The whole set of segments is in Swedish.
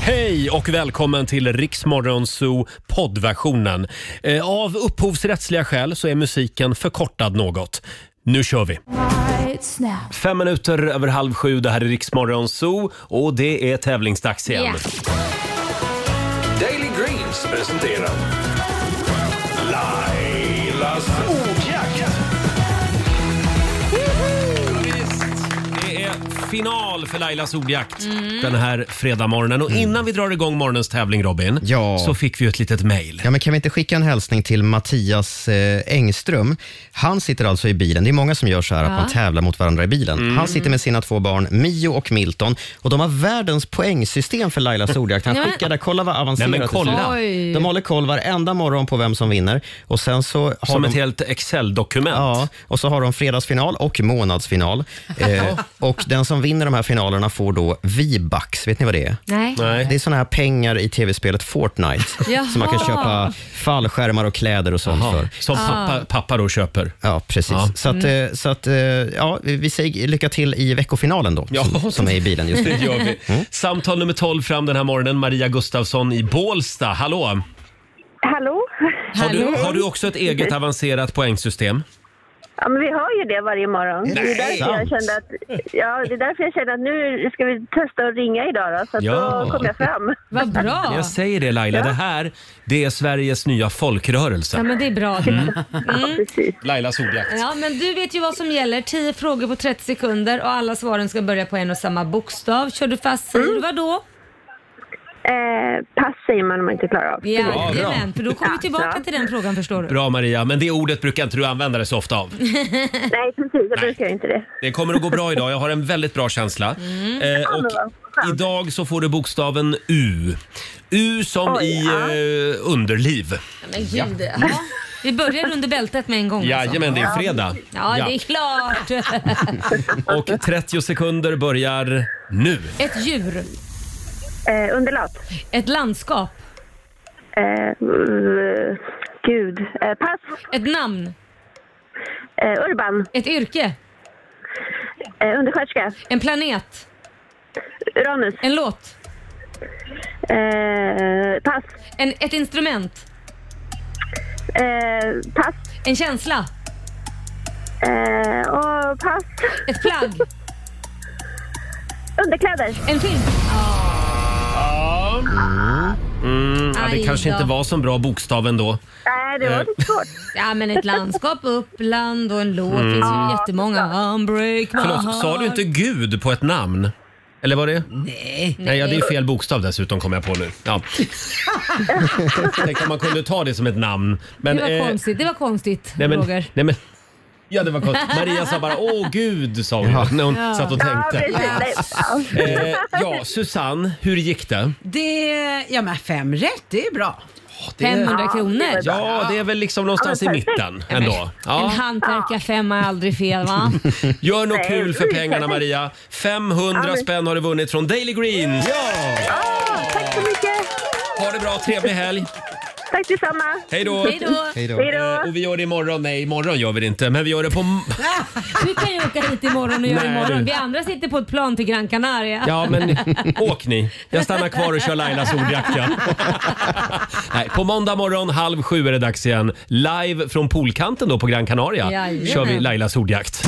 Hej och välkommen till Rix Morgon Zoo poddversionen. Av upphovsrättsliga skäl så är musiken förkortad något. Nu kör vi! 5 minuter över 6:30, det här är Rix Morgon Zoo och det är tävlingsdags igen. Yeah. Daily Greens presenterar Lailas ordjakt. Det är final för Lailas ordjakt den här fredagmorgonen. Och innan vi drar igång morgonens tävling, Robin, så fick vi ett litet mejl. Ja, men kan vi inte skicka en hälsning till Mattias Engström? Han sitter alltså i bilen. Det är många som gör så här att man tävlar mot varandra i bilen. Han sitter med sina 2 barn, Mio och Milton. Och de har världens poängsystem för Lailas ordjakt. Han skickade, kolla vad avancerat. Nej, men kolla. De håller koll varenda morgon på vem som vinner. Och sen så har Som de ett helt Excel-dokument. Ja, och så har de fredagsfinal och månadsfinal. Och den som vinner de här finalerna får då V-bucks. Vet ni vad det är? Nej. Det är såna här pengar i tv-spelet Fortnite. Som man kan köpa fallskärmar och kläder och sånt för. Som pappa då köper. Ja, precis. Så att vi säger lycka till i veckofinalen då, som är i bilen just nu. Det gör vi. Samtal nummer 12 fram den här morgonen. Maria Gustafsson i Bålsta. Hallå! Hallå? Har du också ett eget avancerat poängsystem? Ja, men vi har ju det varje morgon. Nej, det är därför jag kände att nu ska vi testa att ringa idag då, så att då kommer jag fram. Vad bra. Jag säger det, Laila. Det är Sveriges nya folkrörelse. Ja, men det är bra. Precis. Lailas ordjakt. Ja, men du vet ju vad som gäller. 10 frågor på 30 sekunder och alla svaren ska börja på en och samma bokstav. Kör du fast, säger du vad då? Pass säger man om man inte klarar av. Ja, för då kommer vi tillbaka till den frågan, förstår du. Bra, Maria, men det ordet brukar inte du använda det så ofta av. Nej, precis. Jag brukar inte det. Det kommer att gå bra idag, jag har en väldigt bra känsla. Och idag så får du bokstaven U. U som i underliv. Men gud, ja. Vi börjar under bältet med en gång. Jajamän, det är fredag. Ja, det är klart. Och 30 sekunder börjar nu. Ett djur. Underlat. Ett landskap. Pass. Ett namn. Urban. Ett yrke. Undersköterska. En planet. Uranus. En låt. Pass. Ett instrument. Pass. En känsla. Och pass. Ett plagg. Underkläder. En film. Det kanske inte var så bra bokstav ändå. Nej, det var lite svårt. Ja, men ett landskap, Uppland och en låt finns ju jättemånga. Förlåt, sa du inte Gud på ett namn? Eller var det? Nej. Nej, det är fel bokstav dessutom, kommer jag på nu. Ja. Tänk om man kunde ta det som ett namn. Men, Det var konstigt, Roger. Nej, men... Ja, det var konstigt. Maria sa bara, åh Gud, sa hon när hon satt och tänkte. Susanne, hur gick det? Men 5 rätt, det är bra. 500 kronor. Ja, det är väl liksom någonstans i mitten ändå. En hantverkarfemma är aldrig fel, va? Gör något kul för pengarna, Maria. 500 spänn har du vunnit från Daily Greens. Tack så mycket. Ha det bra, trevlig helg. Tack detsamma. Hej då. Och vi gör det imorgon. Nej, imorgon gör vi det inte. Men vi gör det på... Du kan ju åka hit imorgon och göra imorgon. Vi andra sitter på ett plan till Gran Canaria. Ja, men åk ni. Jag stannar kvar och kör Lailas ordjakt. Nej, på måndag morgon 6:30 är det dags igen. Live från poolkanten då på Gran Canaria. Kör vi Lailas ordjakt.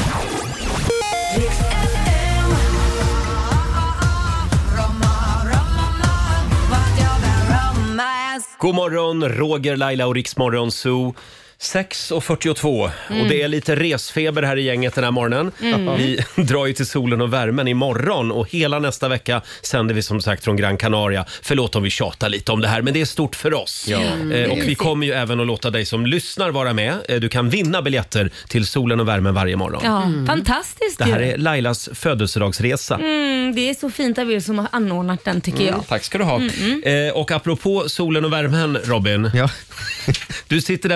God morgon, Roger, Laila och Rix Morgon Zoo. 6:42 och det är lite resfeber här i gänget den här morgonen. Vi drar ju till solen och värmen imorgon och hela nästa vecka sänder vi som sagt från Gran Canaria. Förlåt om vi tjatar lite om det här, men det är stort för oss. Och vi kommer ju även att låta dig som lyssnar vara med. Du kan vinna biljetter till solen och värmen varje morgon. Ja, fantastiskt. Det här är Lailas födelsedagsresa. Det är så fint av er som har anordnat den, tycker jag. Tack ska du ha. Och apropå solen och värmen, Robin. Ja. Du sitter där med din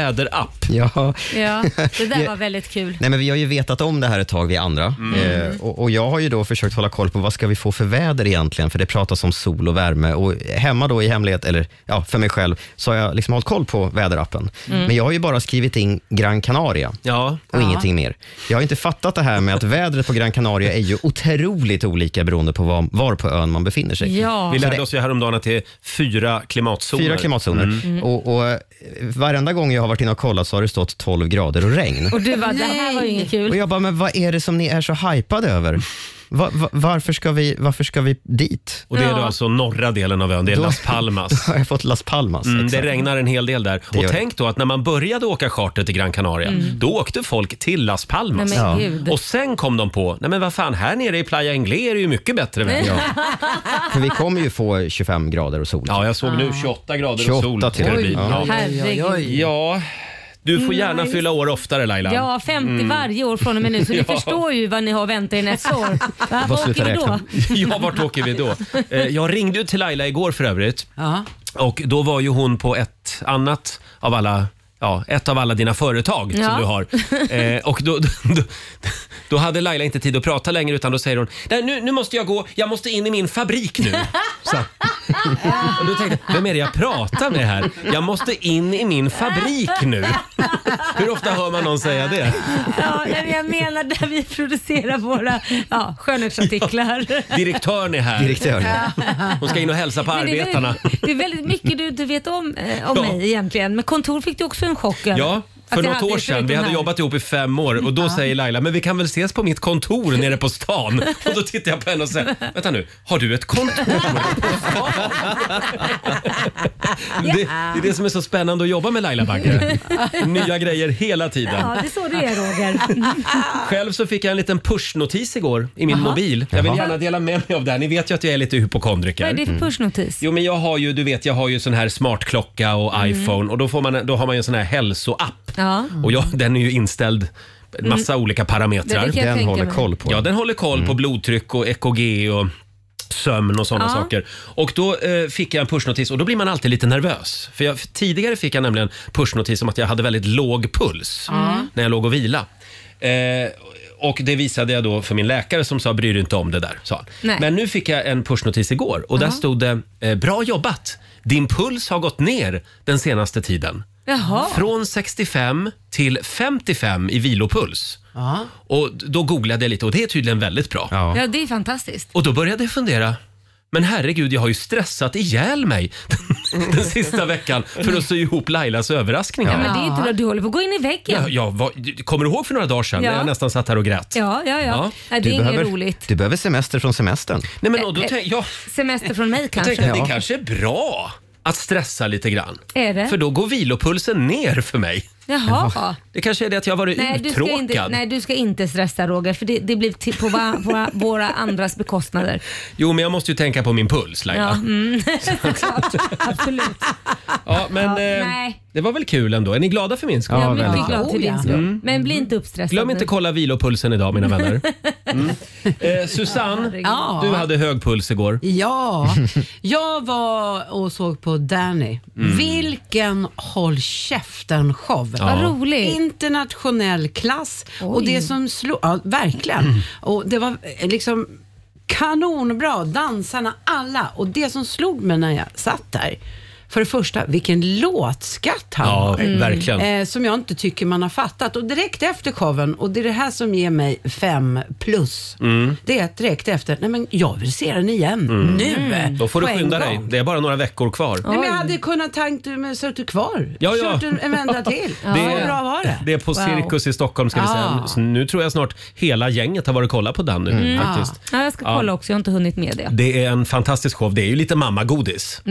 väderapp. Ja, Ja, det där var väldigt kul. nej, men vi har ju vetat om det här ett tag, vi andra. Och jag har ju då försökt hålla koll på vad ska vi få för väder egentligen, för det pratas om sol och värme. Och hemma då i hemlighet, eller ja, för mig själv, så har jag liksom hållit koll på väderappen. Men jag har ju bara skrivit in Gran Canaria och ingenting mer. Jag har inte fattat det här med att vädret på Gran Canaria är ju otroligt olika beroende på var på ön man befinner sig. Ja. Vi lärde oss ju häromdagen att det är 4 klimatzoner. 4 klimatzoner. Och varenda gång jag har varit inne och kollat så har det stått 12 grader och regn. Och du bara, det här var ju inget kul. Och jag bara, men vad är det som ni är så hypade över? Varför ska vi dit? Och det är då alltså norra delen av ön, det är Las Palmas. Jag har fått Las Palmas. Det regnar en hel del där. Och gör tänk då att när man började åka charter till Gran Canaria, då åkte folk till Las Palmas. Nej, men Gud. Och sen kom de på, nej men vad fan, här nere i Playa Inglés är det ju mycket bättre väder. För vi kommer ju få 25 grader och sol. Ja, jag såg nu 28 grader och 28 sol. till och med. Ja. Herregud. Ja, du får gärna fylla år oftare, Laila. Ja, 50 varje år från och med nu. Så ni förstår ju vad ni har väntat i nästa år. Vad åker vi då? Ja, vart åker vi då? Jag ringde ju till Laila igår för övrigt. Ja. Och då var ju hon på ett av alla dina företag som du har. Och då hade Laila inte tid att prata längre, utan då säger hon, nej, nu måste jag gå, jag måste in i min fabrik nu. Så. Och då tänkte jag, vem är det jag pratar med här? Jag måste in i min fabrik nu. Hur ofta hör man någon säga det? Ja, jag menar där vi producerar våra skönhetsartiklar. Direktören är här. Hon ska in och hälsa på arbetarna. Det är väldigt mycket du inte vet om mig egentligen. Men kontor fick du också en chock över. Ja. För något år sedan, vi hade jobbat ihop i 5 år och då säger Laila, men vi kan väl ses på mitt kontor nere på stan. Och då tittar jag på henne och säger, vänta nu, har du ett kontor på stan? Det är det som är så spännande att jobba med Laila Bagge. Nya grejer hela tiden. Ja, det är så det är, Roger. Själv så fick jag en liten pushnotis igår i min mobil. Jag vill gärna dela med mig av det här. Ni vet ju att jag är lite hypokondriker. Vad är det för pushnotis? Jo, men jag har ju sån här smartklocka och iPhone och då har man ju en sån här hälsoapp. Ja. Och den är ju inställd en massa olika parametrar. Den håller koll på. Ja, den håller koll på blodtryck och EKG och sömn och sådana saker. Och då fick jag en pushnotis och då blir man alltid lite nervös. För tidigare fick jag nämligen pushnotis om att jag hade väldigt låg puls när jag låg och vila. Och det visade jag då för min läkare som sa, bryr dig inte om det där, sa han. Men nu fick jag en pushnotis igår och där stod det, bra jobbat, din puls har gått ner den senaste tiden. Jaha. Från 65 till 55 i vilopuls. Och då googlade jag lite och det är tydligen väldigt bra. Ja, det är fantastiskt. Och då började jag fundera, men herregud, jag har ju stressat ihjäl mig den sista veckan för att sy ihop Lailas överraskningar. Ja, men det är inte då du håller på att gå in i väggen. Kommer du ihåg för några dagar sedan när jag nästan satt här och grät? Ja. Nej, det är inget roligt. Du behöver semester från semestern. Nej, men då semester från mig kanske. Jag tänkte att det kanske är bra att stressa lite grann. Är det? För då går vilopulsen ner för mig. Jaha. Det kanske är det att jag har varit uttråkad. Du ska inte stressa, Roger, för det blir på våra andras bekostnader. Jo, men jag måste ju tänka på min puls, Laila. Absolut. Ja, men det var väl kul ändå. Är ni glada för min skull? Jag blir mycket glad till din skull. Men bli inte uppstressad. Glöm inte kolla vilopulsen idag, mina vänner. Susanne, du hade hög puls igår. Ja, jag var och såg på Danny. Vilken håll käften-show. Vad roligt. Internationell klass. Och det som slog, verkligen. Och det var liksom kanonbra, dansarna alla. Och det som slog mig när jag satt där, för det första, vilken låtskatt han har. Verkligen. Som jag inte tycker man har fattat. Och direkt efter showen, och det är det här som ger mig 5+. Det är att direkt efter, nej men jag vill se den igen. Nu. Då får du skynda dig. Det är bara några veckor kvar. Nej, men jag hade kunnat tänkt mig suttit kvar. Ja. Kört en vända till. Så bra var det. Det är på Cirkus i Stockholm, ska vi säga. Så nu tror jag snart hela gänget har varit och kollat på den nu, faktiskt. Ja, jag ska kolla också, jag har inte hunnit med det. Det är en fantastisk show. Det är ju lite mammagodis.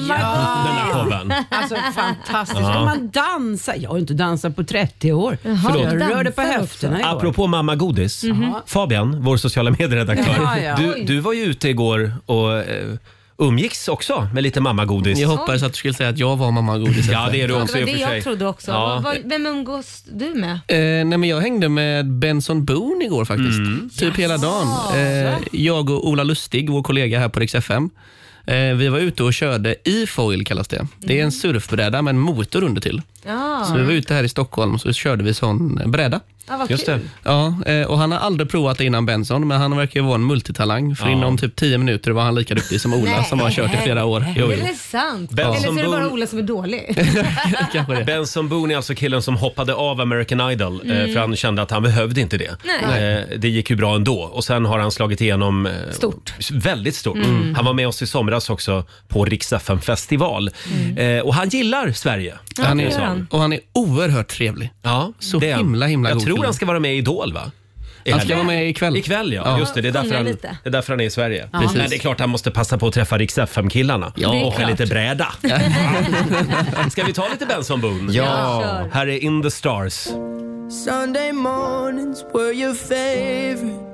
Alltså fantastiskt. Ja. Man dansar. Jag har inte dansat på 30 år. Jag rörde på höfterna igår. Apropå mammagodis. Fabian, vår sociala medieredaktör. Du var ju ute igår och umgicks också med lite mammagodis. Jag hoppades att du skulle säga att jag var mammagodis. Ja, det är du också i och för sig. Det var det jag trodde också. Ja. Vem umgås du med? Nej, men jag hängde med Benson Boone igår faktiskt. Typ hela dagen. Jag och Ola Lustig, vår kollega här på Rix FM. Vi var ute och körde E-foil kallas det. Det är en surfbräda med en motor under till. Så vi var ute här i Stockholm och så körde vi sån bräda. Just det. Ja, och han har aldrig provat det innan Benson, men han verkar ju vara en multitalang. För inom typ 10 minuter var han lika duktig som Ola som har kört i flera år. Jo. Är det sant? Eller så är det bara Ola som är dålig. Kanske det. Benson Boone är alltså killen som hoppade av American Idol för han kände att han behövde inte det. Det gick ju bra ändå. Och sen har han slagit igenom väldigt stort. Han var med oss i somras också på Rix FM-festival. Och han gillar Sverige. Han är oerhört trevlig. Ja, så himla god. Jag tror han ska vara med i Idol, va? Han ska vara med ikväll. Ikväll, ja. Just det. Det är därför han är i Sverige. Men det är klart han måste passa på att träffa Rix FM-killarna. Och åka lite bräda. Ska vi ta lite Benson Boone? Ja. Här är In the Stars. Sunday mornings were your favorite.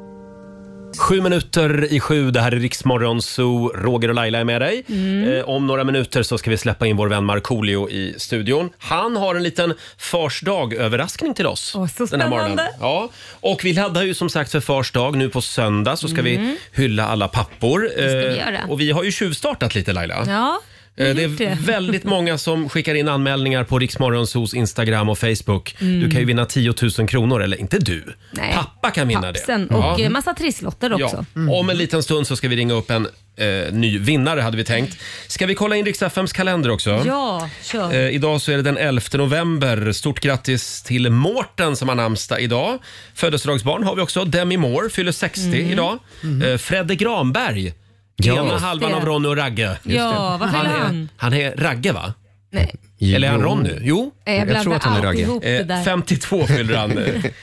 7:07, det här är Rix Morgon Zoo. Roger och Laila är med dig. Om några minuter så ska vi släppa in vår vän Markoolio i studion. Han har en liten farsdag-överraskning till oss. Så den här morgonen. Ja. Och vi laddar ju som sagt för farsdag. Nu på söndag så ska vi hylla alla pappor. Det ska vi göra. Och vi har ju tjuvstartat lite, Laila. Ja. Det är väldigt många som skickar in anmälningar på Rix Morgon Zoos Instagram och Facebook. Du kan ju vinna 10 000 kronor, eller inte du. Nej. Pappa kan vinna Pappsen. det. Och massa trisslotter också. Ja. Om en liten stund så ska vi ringa upp en ny vinnare, hade vi tänkt. Ska vi kolla in Rix FMs kalender också? Ja, kör. Idag så är det den 11 november. Stort grattis till Mårten som har namnsdag idag. Födelsedagsbarn har vi också. Demi Moore fyller 60 idag. Fredde Granberg. Ena halvan av Ronny och Ragge. Ja, vad fyller han? Han är Ragge, va? Nej. Eller är han Ronny? Jo. Jag tror att han är Ragge. 52 fyller han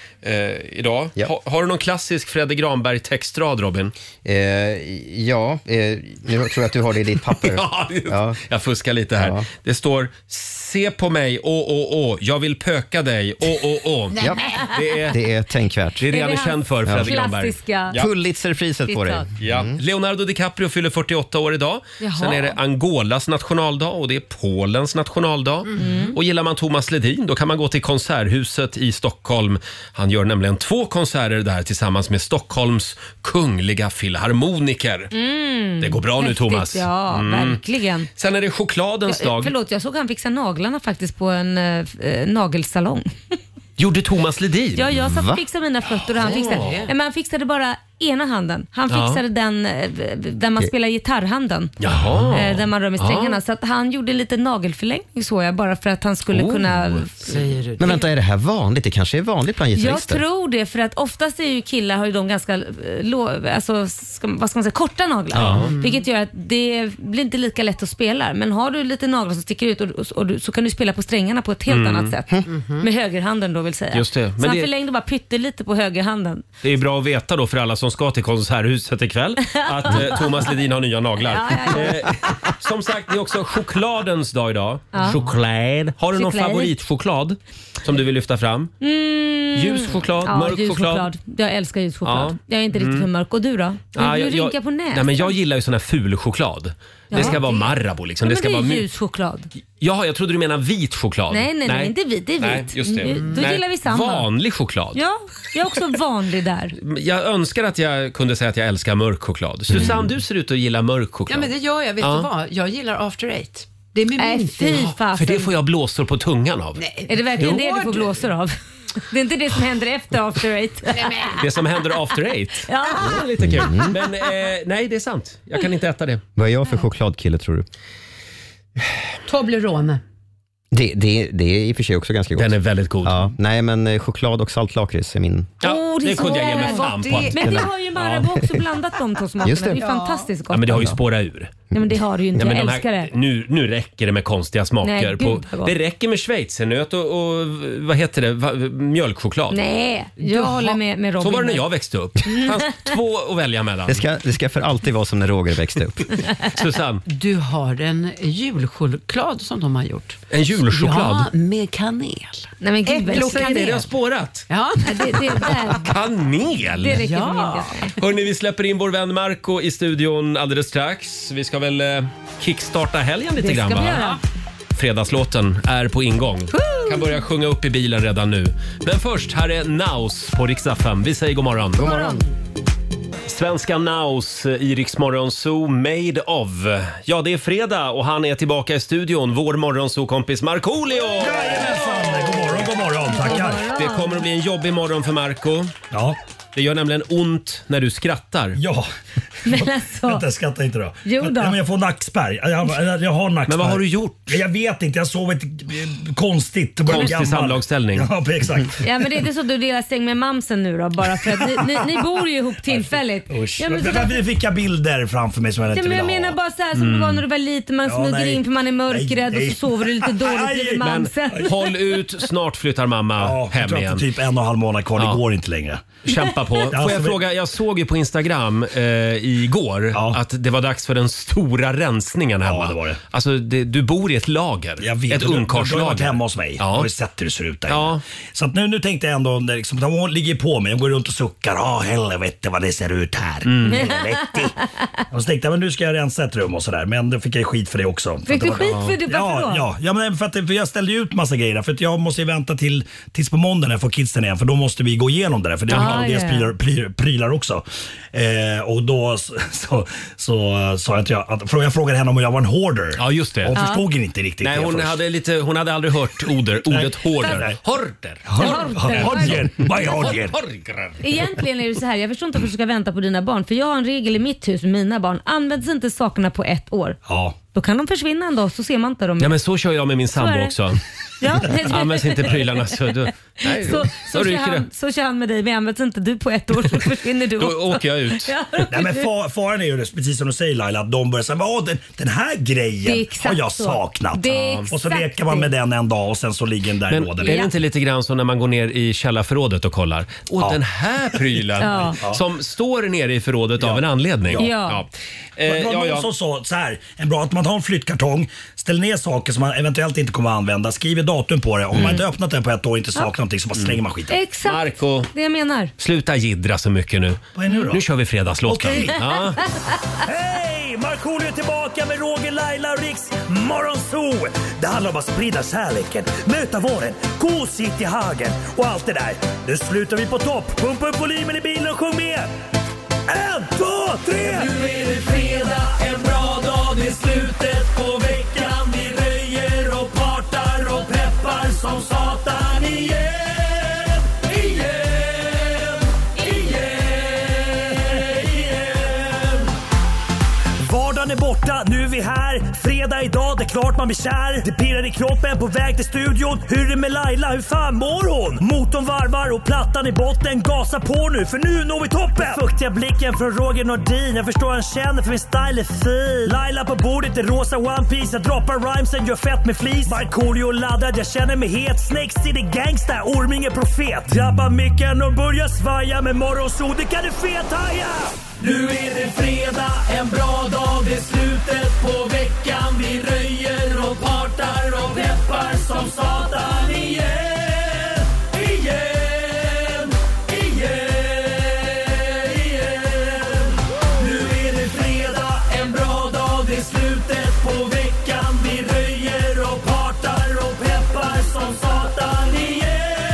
idag. Ja. Har du någon klassisk Fredde Granberg-textrad, Robin? Nu tror jag att du har det i ditt papper. Ja. Jag fuskar lite här. Ja. Det står: se på mig, jag vill pöka dig, Ja. Det är tänkvärt. Det är det han är känd för, Fredde Granberg. Klassiska. Pulitzerpriset på dig. Ja. Leonardo DiCaprio fyller 48 år idag. Jaha. Sen är det Angolas nationaldag och det är Polens nationaldag. Och gillar man Thomas Ledin, då kan man gå till Konserthuset i Stockholm. Han gör nämligen 2 konserter där tillsammans med Stockholms kungliga filharmoniker. Det går bra nu, Thomas. Ja, verkligen. Sen är det chokladens dag. Förlåt, jag såg han fixa naglarna faktiskt på en nagelsalong. Gjorde Thomas Ledin? Ja, jag satt och fixade mina fötter och han fixade. Men han fixade bara ena handen. Han fixade den där man spelar gitarrhanden. Jaha. Där man rör med strängarna. Så att han gjorde lite nagelförlängning, så jag, bara för att han skulle kunna... Men vänta, är det här vanligt? Det kanske är vanligt bland gitarrister? Jag tror det, för att oftast är ju killar, har ju de ganska vad ska man säga, korta naglar. Vilket gör att det blir inte lika lätt att spela. Men har du lite naglar som sticker ut så kan du spela på strängarna på ett helt annat sätt. Med högerhanden då, vill säga. Just det. Men så han förlängde bara pyttelite på högerhanden. Det är bra att veta då för alla som ska till Konserthuset ikväll att Thomas Ledin har nya naglar. Som sagt, det är också chokladens dag idag. Choklad. Har du någon favoritchoklad som du vill lyfta fram? Ljus choklad, mörk choklad. Jag älskar ljus choklad. Jag är inte riktigt för mörk. Och du då? Du rynkar på näsan. Nej, men jag gillar ju sån här ful choklad. Det ska vara Marabou liksom. Det ska är vara ljus choklad. Ja, jag trodde du menar vit choklad. Nej, inte vit, det är vit. Nej, just det. Då gillar vi samma. Vanlig choklad. Ja, jag är också vanlig där. Jag önskar att jag kunde säga att jag älskar mörk choklad. Susanne, du ser ut att gilla mörk choklad. Ja, men det gör jag. Vet du vad? Jag gillar After Eight. Det är med min för det får jag blåsor på tungan av. Nej. Är det verkligen det du får blåsor av? Det är inte det som händer efter After Eight. Det som händer After Eight? Ja. Det är lite kul. Men nej, det är sant. Jag kan inte äta det. Vad är jag för chokladkille, tror du? Toblerone. Det är i och för sig också ganska gott. Den är väldigt god. Ja, nej, men choklad och saltlakrits är min... Ja, det kunde jag ge mig fan på. Men det har ju Marabou också blandat de två smakerna. Det är fantastiskt gott. Ja, men det har ju spårat ur. Nej, men det har du ju inte. Jag älskar det. Nu räcker det med konstiga smaker. Det räcker med schweizernöt och vad heter det? Mjölkchoklad. Nej, jag håller med Robin. Så var det när jag växte upp. Det fanns 2 att välja mellan. Det ska för alltid vara som när Roger växte upp. Susanne. Du har en julchoklad som de har gjort. En julchoklad? Ja, med kanel. Nej, men gud, det har spårat. Ja. Kanel? Det räcker för min del. Hörrni, vi släpper in vår vän Marco i studion alldeles strax. Vi ska väl kickstarta helgen lite grann, va? Fredagslåten är på ingång. Kan börja sjunga upp i bilen redan nu. Men först, här är Naus på Rix FM. Vi säger god morgon. God morgon. Svenska Naus i Rix Morgon Zoo, Made of. Ja, det är fredag och han är tillbaka i studion. Vår morgonzoo-kompis Markoolio! Jajamensan, god morgon, tackar. Det kommer att bli en jobbig morgon för Marco. Ja. Det gör nämligen ont när du skrattar. Ja. Men alltså... Vänta, skratta inte då. Jo då. Men jag får nackspärr. Jag har nackspärr. Men vad har du gjort? Jag vet inte, jag sov ett konstigt. Konstig samlagsställning. Ja, exakt. Ja, men det är inte så att du delar säng med mamsen nu då, bara för att ni bor ju ihop tillfälligt. Usch. Ja, men Vi fick bilder framför mig som jag inte men vill jag ha. menar bara så här som det var när du var liten. Man smyger nej. in för man är mörkrädd Nej. och så sover du lite dåligt bredvid mamsen. Håll ut, snart flyttar mamma hem jag tror igen. att det är typ 1,5 månad kvar, det går inte längre. Kämpa på. Får jag fråga, jag såg ju på Instagram igår att det var dags för den stora rensningen hemma. Ja, det var det. Alltså, du bor i ett lager. Jag vet, ett ungkarlslager. Du har varit hemma hos mig. Ja. Jag har ju sett hur det ser ut där. Ja. Så att nu tänkte jag ändå, liksom, de ligger på mig. Jag går runt och suckar. Helvete vad det ser ut här. Helvete. Och så tänkte jag, men nu ska jag rensa ett rum och sådär. Men då fick jag skit för det också. Fick du skit för det? Varför då? Ja, men för jag ställde ju ut massa grejer. För att jag måste ju vänta tills på måndag när jag får kidsen igen. För då måste vi gå igenom det där. För det har deras prylar också. Och då så sa jag jag frågade henne om jag var en hoarder. Ja, just det. Hon förstod inte riktigt. Nej, hon hade aldrig hört ordet hoarder. Horder. Vad är horder? Egentligen är det så här, jag förstår inte varför du ska vänta på dina barn. För jag har en regel i mitt hus med mina barn. Används inte sakerna på 1 år. Ja. Då kan de försvinna en dag, så ser man inte dem. Ja, men så kör jag med min sambo också. Ja. Används inte prylarna så så kör han med dig. Men används inte du på 1 år så försvinner du också. Då åker jag ut. Nej, men faran är ju det, precis som du säger Laila, att de börjar säga den här grejen har jag saknat. Och så leker man med den en dag och sen så ligger den där i lådan. Är det inte lite grann så när man går ner i källarförrådet och kollar? Den här prylen som står nere i förrådet av en anledning. Ja. Någon som så här, bra att man har en flyttkartong, ställer ner saker som man eventuellt inte kommer att använda, skriver datum på det. Om man inte öppnat den på 1 år och inte saknar någonting så bara slänger man skiten. Exakt, Marco, det jag menar. Sluta jiddra så mycket nu. Vad är nu då? Nu kör vi fredagslåten. Okej. Ja. Hej! Markoolio är tillbaka med Roger, Laila och Rix Morgonzoo. Det handlar om att sprida kärleken, möta våren, gosigt i hagen och allt det där. Nu slutar vi på topp. Pumpa upp volymen i bilen och sjung med. 1, 2, 3! Nu är det fredag, en bra dag, det är slutet på veckan. Vi röjer och partar och peppar som satan igen. Vardagen är borta, nu är vi här. Fredag idag, det är klart man blir kär. Det pirrar i kroppen på väg till studion. Hur är det med Laila, hur fan mår hon? Motorn varvar och plattan i botten. Gasa på nu, för nu når vi toppen. Fuktiga blicken från Roger Nordin. Jag förstår han känner för min style är fin. Laila på bordet i rosa One Piece. Jag droppar rhymesen, gör fett med flis. Markoolio laddad, jag känner mig het. Snake City gangsta, Orminge profet. Drabbar micken och börjar svaja. Med morgonsol, det kan du fethaja. Nu är det fredag, en bra dag, det är slutet på veckan. Vi röjer och partar och peppar som satan igen. Nu är det fredag, en bra dag, det är slutet på veckan. Vi röjer och partar och peppar som satan igen.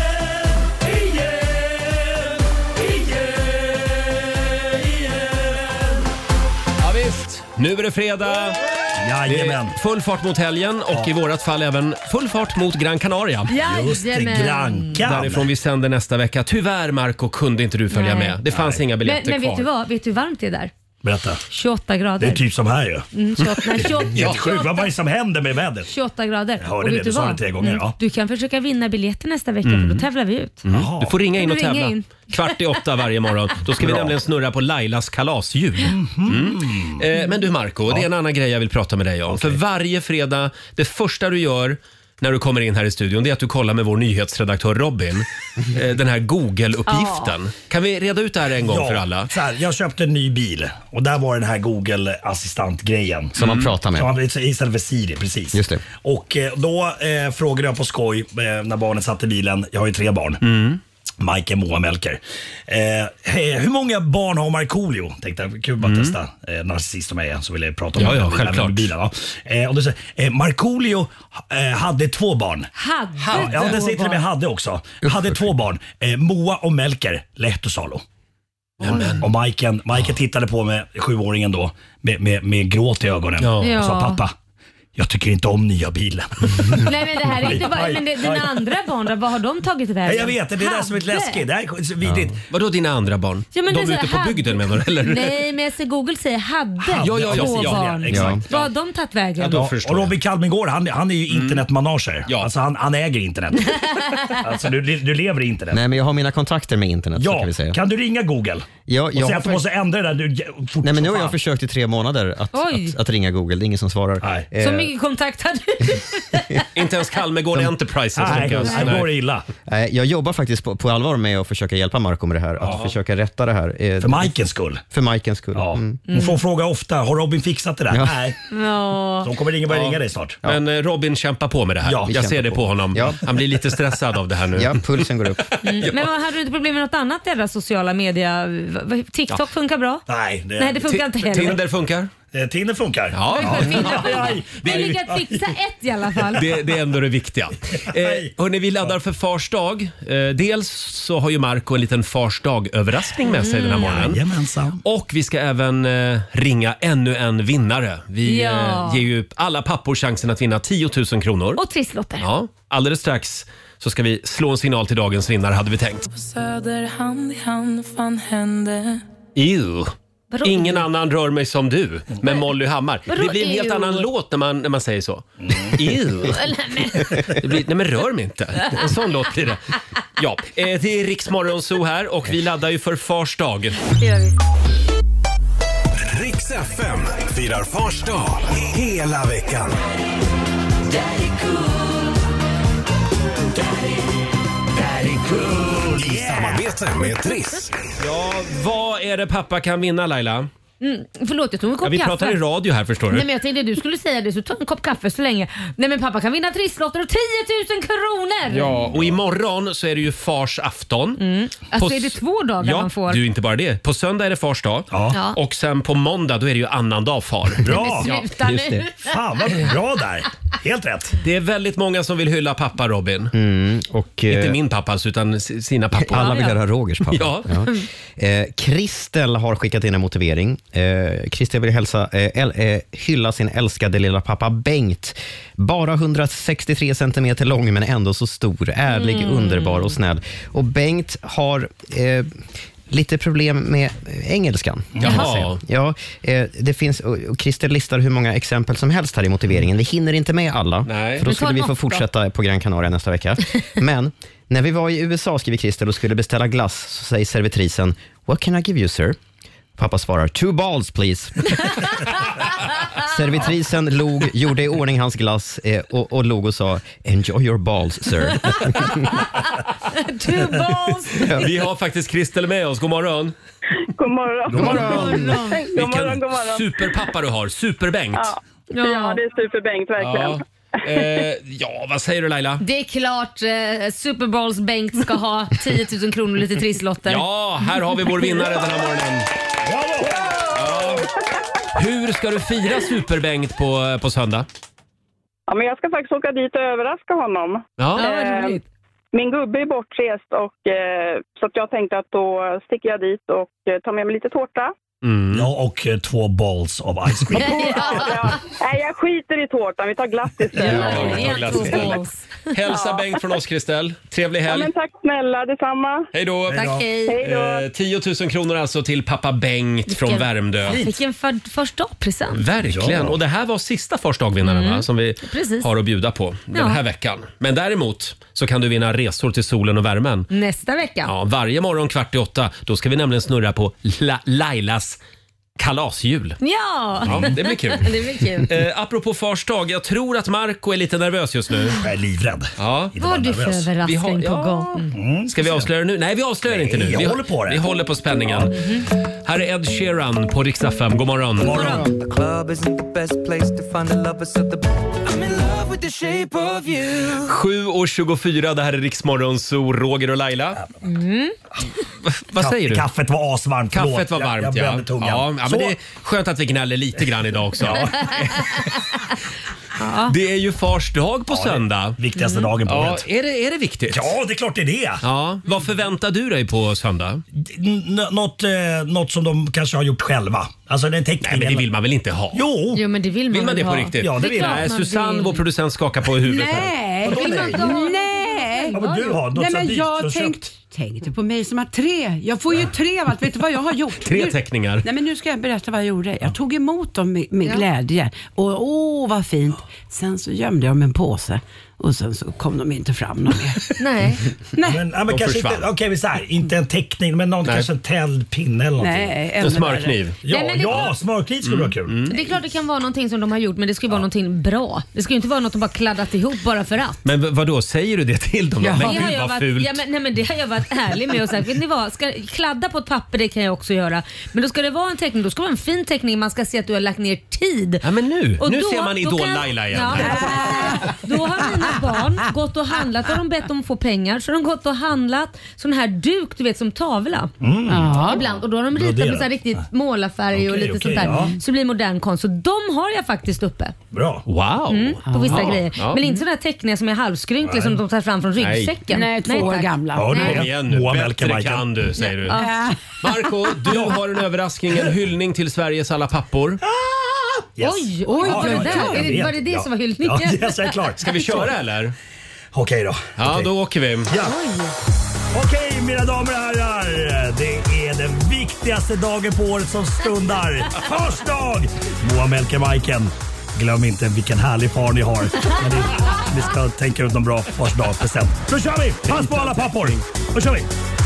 Nu är det fredag. Det är full fart mot helgen och i vårat fall även full fart mot Gran Canaria. Just det, Grankan. Därifrån vi sänder nästa vecka. Tyvärr Marco kunde inte du följa med. Det fanns inga biljetter men kvar. vet du vad? Vet du hur varmt det är där? Berätta. 28 grader. Det är typ som här ju. 28. Vad är det som händer med vädret? 28 grader. Jag hörde det, du sa det 3 gånger. Ja. Du kan försöka vinna biljetter nästa vecka för då tävlar vi ut. Du får ringa in och tävla. In. 7:45 varje morgon. Då ska vi nämligen snurra på Lailas kalasljud. Men du Marco, det är en annan grej jag vill prata med dig om. För varje fredag, det första du gör när du kommer in här i studion, det är att du kollar med vår nyhetsredaktör Robin den här Google-uppgiften. Kan vi reda ut det här en gång för alla? Så här, jag köpte en ny bil och där var den här Google-assistant-grejen. Som man pratar med. Istället för Siri, precis. Just det. Och då frågade jag på skoj när barnen satt i bilen. Jag har ju 3 barn. Mike, Moa, Melker. Hur många barn har Markoolio? Tänkte jag, kul bara testa. Narcissist som jag är så vill jag prata om ja, självklart. bilen. Och då säger Markoolio hade 2 barn. Hade? Ja, den säger till och med hade också. Hade 2 barn. Moa och Melker, Lehtosalo. Och Majken tittade på mig, 7-åringen då, med gråt i ögonen. Och sa, pappa, jag tycker inte om nya bilen. Nej, men det här är inte bara... Men dina andra barn då, vad har de tagit vägen? Jag vet, det är det som är läskigt. Det är så vidrigt. Vadå dina andra barn? Ja, men de är ute på bygden menar du? Eller? Nej, men jag ser Google säger två barn. Exakt. Vad har de tagit vägen? Och Robin Kalmengård, han är ju internetmanager. Alltså han äger internet. Alltså du lever i internet. Nej, men jag har mina kontakter med internet, så kan vi säga. Kan du ringa Google? Och säga att du måste ändra det där. Nej, men nu har jag försökt i 3 månader att ringa Google. Det är ingen som svarar. Så mycket kontakt har du? Inte ens Kalmegård Enterprises. Nej, det går illa. Jag jobbar faktiskt på allvar med att försöka hjälpa Marco med det här. Att försöka rätta det här. För Majkens skull. För Majkens skull. Ja. Hon får fråga ofta, har Robin fixat det där? Nej. De kommer börja ringa dig snart. Men Robin kämpar på med det här. Jag ser det på honom. Han blir lite stressad av det här nu. Ja, pulsen går upp. Men hade du inte problem med något annat jävla sociala media? TikTok funkar bra? Nej, det funkar inte heller. Tinder funkar? Tinder funkar. Vi har lyckats fixa ett i alla fall. Det är ändå det viktiga. Hörrni, vi laddar för Fars dag. Dels så har ju Marco en liten Fars dag-överraskning med sig den här morgonen. Jajamensan. Och vi ska även ringa ännu en vinnare. Vi ger ju alla pappor chansen att vinna 10 000 kronor. Och trisslotter. Ja, alldeles strax så ska vi slå en signal till dagens vinnare, hade vi tänkt. Söder hand i hand fan hände. Ingen annan rör mig som du med Molly Hammar. Det blir en helt annan låt när man säger så. Det blir, nej men rör mig inte. En sån låt blir det. Ja, det är Rix Morgon Zoo här och vi laddar ju för Fars dag. Rix FM firar Fars dag hela veckan. I samarbete med Triss. Ja, vad är det pappa kan vinna, Laila? Förlåt, jag tog en kopp vi kaffe. pratar i radio här, förstår du. Nej, men jag tänkte du skulle säga det, så ta en kopp kaffe så länge. Nej, men pappa kan vinna trisslotter och 10 000 kronor. Ja, och imorgon så är det ju Fars afton. Alltså är det 2 dagar man får? Du, inte bara det. På söndag är det Fars dag. Ja. Och sen på måndag då är det ju annandag far. Bra! Sluta just nu. det. Fan vad bra där. Helt rätt. Det är väldigt många som vill hylla pappa Robin. Och, inte min pappas utan sina pappor. Alla vill höra Rogers pappa. Ja. Kristel har skickat in en motivering. Kristel vill hylla sin älskade lilla pappa Bengt. Bara 163 centimeter lång men ändå så stor, ärlig, underbar och snäll. Och Bengt har lite problem med engelskan. Jaha. Ja, det finns, och Kristel listar hur många exempel som helst här i motiveringen. Vi hinner inte med alla, för då skulle vi få fortsätta på Gran Canaria nästa vecka. Men när vi var i USA, skriver Kristel, och skulle beställa glass, så säger servitrisen, "What can I give you, sir?" Pappa svarar, 2 balls please. Servitrisen log, gjorde i ordning hans glass och log och sa, "Enjoy your balls, sir." 2 balls. Vi har faktiskt Kristel med oss. God morgon. God morgon. God morgon. God morgon. Superpappa du har. Superbengt. Ja, det är superbänkt verkligen. Vad säger du, Laila? Det är klart Superballs Bengt ska ha 10 000 kronor och lite trisslotter. Ja, här har vi vår vinnare den här morgonen. Ja. Hur ska du fira Superbengt på söndag? Ja, men jag ska faktiskt åka dit och överraska honom. Ja. vad roligt. Min gubbe är bortrest och så att jag tänkte att då sticker jag dit och tar med mig lite tårta. Ja, och 2 balls of ice cream. Nej, jag skiter i tårtan. Vi tar glass istället. Hälsa Bengt från oss, Kristel. Trevlig helg. Ja, men tack snälla, detsamma. Hej då. Tack, hej. 10 000 kronor alltså till pappa Bengt från Värmdö. Vilken första present. Verkligen. Och det här var sista förstagvinnaren som vi har att bjuda på den här veckan. Men däremot så kan du vinna resor till solen och värmen. Nästa vecka. Ja, varje morgon 7:45. Då ska vi nämligen snurra på Lailas kalashjul. Ja, det blir kul. Det blir kul. Apropå Fars dag, jag tror att Marco är lite nervös just nu. Jag är livrädd. Ja. Vad är det för överraskning på gång? Ska vi avslöja det nu? Nej, vi avslöjar inte nu. Jag håller på det. Vi håller på spänningen. Här är Ed Sheeran på Rix FM. God morgon. God morgon. The club isn't the best place to find a lover, so I'm in love with the shape of you. 7:24, det här är Rix Morgon Zoo, Roger och Laila. Vad säger du? Kaffet var asvarmt. Kaffet var varmt, jag brände tungan. Ja, men det är skönt att vi gnäller lite grann idag också. Det är ju Fars dag på söndag. Viktigaste dagen på året. Är det viktigt? Ja, det är klart det är det. Ja. Vad förväntar du dig på söndag? Något som de kanske har gjort själva. Alltså den teckningen. Nej, men det vill man väl inte ha? Jo, men det vill man Vill man det på ha. riktigt? Ja, det vill Nej, Susanne, vår producent, skakar på huvudet. Nej, Ja, men du har något nej, så men dyrt jag och köpt. tänkte på mig som har 3. Jag får ju 3 av allt. Vet du vad jag har gjort? 3 teckningar. Nej, men nu ska jag berätta vad jag gjorde. Jag tog emot dem med glädje. Och vad fint. Sen så gömde jag dem i en påse. Och sen så kom de inte fram någon mer. Nej. Men kanske inte, okej, så här, inte en teckning, men kanske en tändpinne eller någonting. Nej, en smörkniv. Ja, smörkniv skulle vara kul. Det är klart det kan vara någonting som de har gjort, men det ska ju vara någonting bra. Det ska ju inte vara något de bara kladdat ihop bara för att. Men vadå, säger du det till dem? Men gud vad fult. Men det har jag varit ärlig med och sagt, vet ni vad, kladda på ett papper, det kan jag också göra. Men då ska det vara en teckning, då ska det vara en fin teckning, man ska se att du har lagt ner tid. Ja, men nu Och ser man Idol-Laila igen. Då har mina barn gått och handlat, och de bett om att få pengar, så de har gått och handlat sån här duk, du vet, som tavla. Ibland, och då har de ritat med så här riktigt målarfärg och lite sånt där. Ja. Så det blir modern konst. Så de har jag faktiskt uppe. Bra. Wow. På vissa grejer. Men inte sådana här teckningar som är halvskrynkliga som de tar fram från ryggsäcken. Nej, 2 år gamla. Ja, Kom igen nu, bättre kan du, säger du. Marco, du har en överraskning, en hyllning till Sveriges alla pappor. Yes. Oj, var det det som var hyllningen? Ja, yes, jag är klar. Ska vi köra eller? Okej då. Ja, då åker vi. Ja. Okej, mina damer och herrar. Det är den viktigaste dagen på året som stundar. Fars dag! Moa Melker Majken. Glöm inte vilken härlig far ni har. Men vi ska tänka ut någon bra fars dag-present. Då kör vi! Pass på alla pappor! Då kör vi!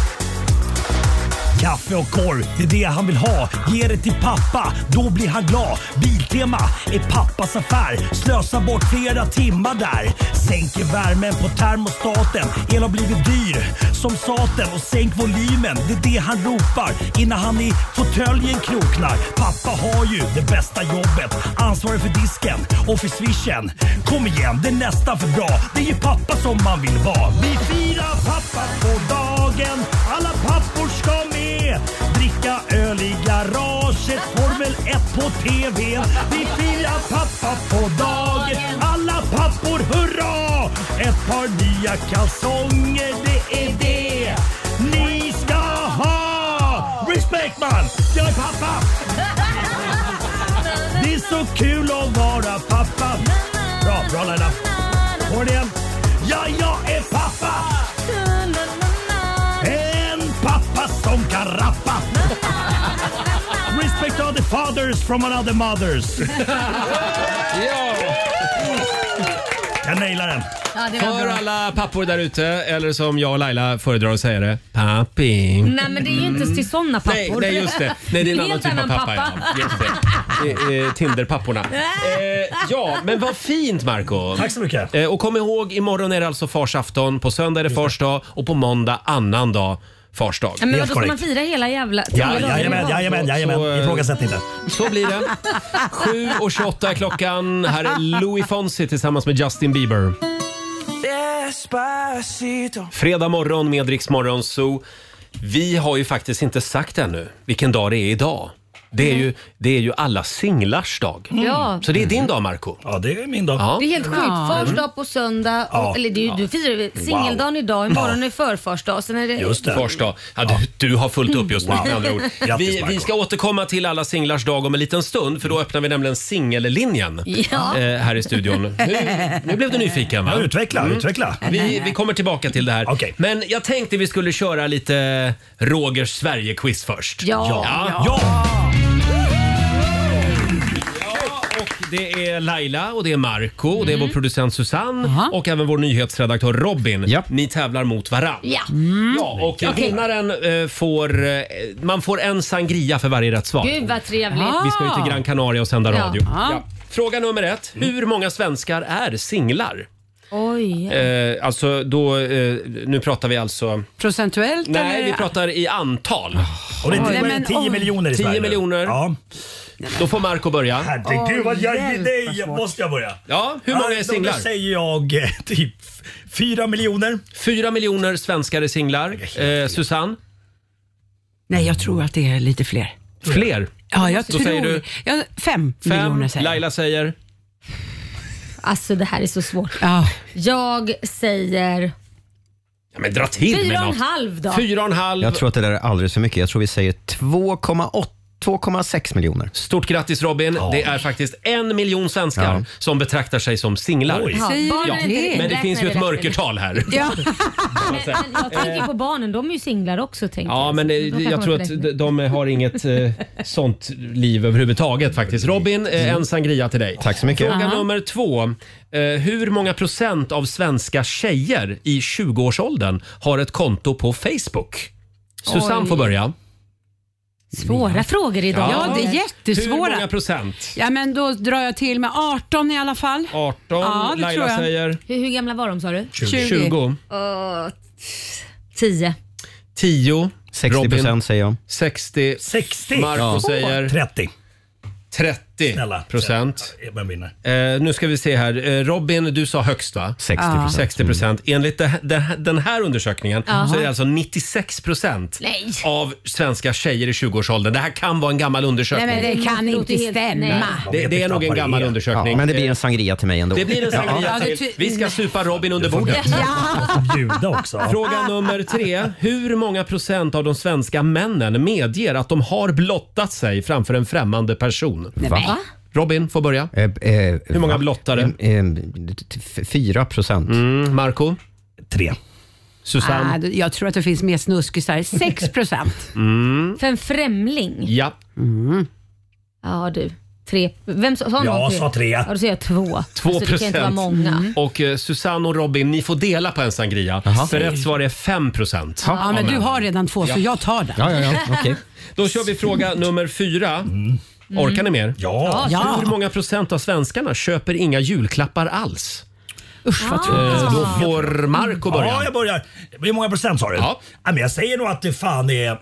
Kaffe och korv, det är det han vill ha. Ge det till pappa, då blir han glad. Biltema är pappas affär. Slösa bort flera timmar där. Sänker värmen på termostaten. El har blivit dyr som saten. Och sänk volymen, det är det han ropar innan han i fåtöljen kroknar. Pappa har ju det bästa jobbet. Ansvarig för disken och för swishen. Kom igen, det är nästan för bra. Det är ju pappa som man vill vara. Vi firar pappa på dagen. Alla pappor ska med. Dricka öl i garaget, Formel 1 på TV. Vi firar pappa på dagen. Alla pappor, hurra! Ett par nya kalsonger, det är det ni ska ha. Respect man, jag är pappa. Det är så kul att vara pappa. Bra Laila. Hör det igen. Ja, jag är pappa. Pappa som kan rappa. Respect all the fathers from another mothers. Jag nailar den. Ja, För alla pappor där ute, eller som jag och Laila föredrar att säga det, pappi. Nej, men det är ju inte till sådana pappor. Nej, just det. Nej, det är en annan typ av pappa. Ja. Just det. Tinderpapporna. Ja, men vad fint, Marco. Tack så mycket. Och kom ihåg, imorgon är det alltså farsafton, på söndag är det fars dag och på måndag annan dag Fars dag. Ja, men då ska man fira hela jävla... Jajamän. Ifrågasätt inte. Så blir det. 7:28 är klockan. Här är Louis Fonsi tillsammans med Justin Bieber. Fredag morgon med Rix Morgon Zoo. Vi har ju faktiskt inte sagt ännu vilken dag det är idag. Det är ju alla singlars dag. Ja. Så det är din dag, Marco. Ja, det är min dag. Ja. Det är helt sjukt. Fars dag på söndag. Ja. Eller du firar singeldagen idag. Imorgon är förfarsdag. Sen är det... Just det. Fars dag. Ja, du har fullt upp just nu, med andra ord. Grattis, Vi ska återkomma till alla singlars dag om en liten stund, för då öppnar vi nämligen singellinjen här i studion. Nu blev du nyfiken, va? Ja, utveckla. Vi kommer tillbaka till det här. Okej. Men jag tänkte vi skulle köra lite Rogers Sverige-quiz först. Ja. Och det är Laila och det är Marco och det är vår producent Susanne och även vår nyhetsredaktör Robin. Ja. Ni tävlar mot varann. Ja. Ja, och vinnaren man får en sangria för varje rätt svar. Gud vad trevligt. Vi ska ju till Gran Canaria och sända Ja. radio. Ja. Fråga nummer 1. Hur många svenskar är singlar? Oj. Alltså då, nu pratar vi alltså... Procentuellt? Nej, eller? vi pratar i antal. Och det är 10 miljoner i Sverige. 10 miljoner. Ja. Då får Marco börja. Herregud, måste jag börja? Ja, hur många är singlar? Då säger jag typ 4 miljoner. 4 miljoner svenskar är singlar. Susanne? Nej, jag tror att det är lite fler. Fler? Ja, jag Då tror... säger du 5 miljoner säger jag. Laila säger? Alltså det här är så svårt. Ja. Jag säger Ja, men dra till med något. 4,5 då. 4,5. Jag tror att det där är alldeles för mycket. Jag tror vi säger 2,6 miljoner. Stort grattis Robin. Det är faktiskt 1 miljon svenskar som betraktar sig som singlar. Ja, Men det finns ju ett mörkertal här. Ja. Men jag tänker på barnen, de är ju singlar också. Ja, men jag tror att de har inget sånt liv överhuvudtaget faktiskt. Robin, en sangria till dig. Tack så mycket. Fråga nummer 2. Hur många procent av svenska tjejer i 20-årsåldern har ett konto på Facebook? Susanne får börja. Svåra frågor idag. Ja, det är jättesvåra. Hur många procent? Ja, men då drar jag till med 18 i alla fall. 18. Ja, det Laila tror jag. säger? Hur gamla var de sa du? 20. 10. 10. 60% säger jag. 60. Marco säger? 30. 30%. Vem vinner? Nu ska vi se här. Robin, du sa högst va? 60%. Enligt den här undersökningen så är det alltså 96% av svenska tjejer i 20-årsåldern. Det här kan vara en gammal undersökning. Nej, men det kan inte stämma. Det är nog en gammal undersökning. Ja, men det blir en sangria till mig ändå. Det blir en sangria till. Vi ska supa Robin under bordet. Bjuda också. Fråga nummer 3. Hur många procent av de svenska männen medger att de har blottat sig framför en främmande person? Va? Robin får börja. Hur många blottare? 4%. Marco? 3. Susanne? Jag tror att det finns mer snuskisar. 6%. För en främling? Ja. Ja du. 3. Vem sa någon? Jag sa 3. Ja, då säger jag 2. 2%. Alltså, det kan inte vara många. Och Susanne och Robin, ni får dela på en sangria. För rätt svar är 5%. Ja, men du har redan 2 så jag tar det. Ja. Okay. Då kör vi fråga nummer 4. Orkar ni mer? Ja. Hur många procent av svenskarna köper inga julklappar alls? Usch vad tråkigt. Då får Marco börja. Ja, jag börjar. Hur många procent sa du? Ja. Men jag säger nog att det fan är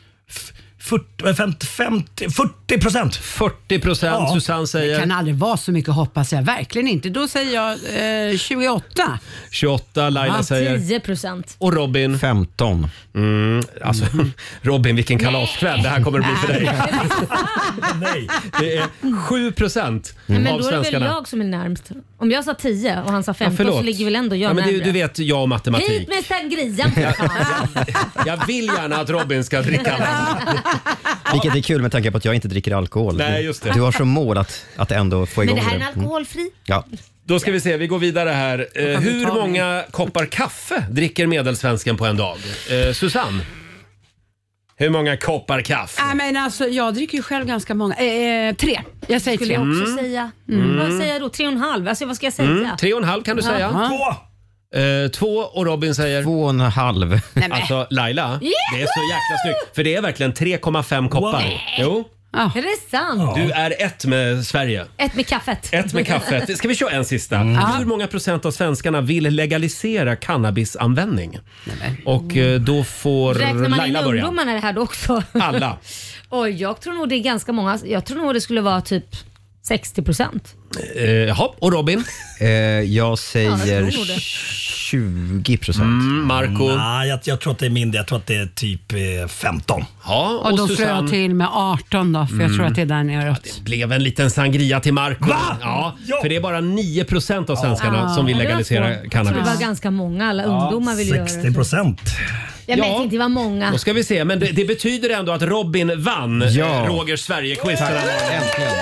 40%. 40%. Susanne säger? Det kan aldrig vara så mycket, hoppas jag verkligen inte. Då säger jag 28. 28. Laila säger? 10%. Och Robin? 15. Alltså, Robin, vilken kalaskväll det här kommer att bli för dig. Nej. Det är 7% Men av då är det väl svenskarna. jag som är närmst. Om jag sa 10 och han sa 15 förlåt. så ligger väl ändå jag men närmare. du vet, jag och matematik. Hit med sangrian för fan. Jag vill gärna att Robin ska dricka. Vilket är kul med tanke på att jag inte dricker alkohol. Nej, just det. Du har som mål att ändå få igång Men det här är det. en alkoholfri. Ja. Då ska vi se, vi går vidare här. Hur många koppar kaffe dricker medelsvensken på en dag? Susanne? Hur många koppar kaffe? Men alltså, jag dricker ju själv ganska många. 3. Jag säger 3. Skulle jag också säga. Vad säger jag då? 3,5? Alltså vad ska jag säga? 3,5 kan du säga. 2 och Robin säger? 2,5. Alltså Laila, det är så jäkla snyggt. För det är verkligen 3,5 koppar. Wow. Jo. Är det sant? Du är 1 med Sverige. 1 med kaffet. 1 med kaffet. Ska vi köra en sista? Hur många procent av svenskarna vill legalisera cannabisanvändning? Och då får Räknar man in Laila börja. ungdomarna det här då också? Alla. Oj, jag tror nog det är ganska många. Jag tror nog det skulle vara typ 60%. Jaha, och Robin? Jag säger jag tror det. 20%. Marco? Nej, jag tror att det är mindre. Jag tror att det är typ 15. Ja, Och då slår jag till med 18 då, för jag tror att det är där neråt. Det blev en liten sangria till Marco. Ja, för det är bara 9% av svenskarna som vill legalisera Jag tror cannabis. det var ganska många. Alla ungdomar vill göra det. 60%. Jag vet inte, det var många. Då ska vi se, men det betyder ändå att Robin vann Rogers Sverige-quiz. Äntligen.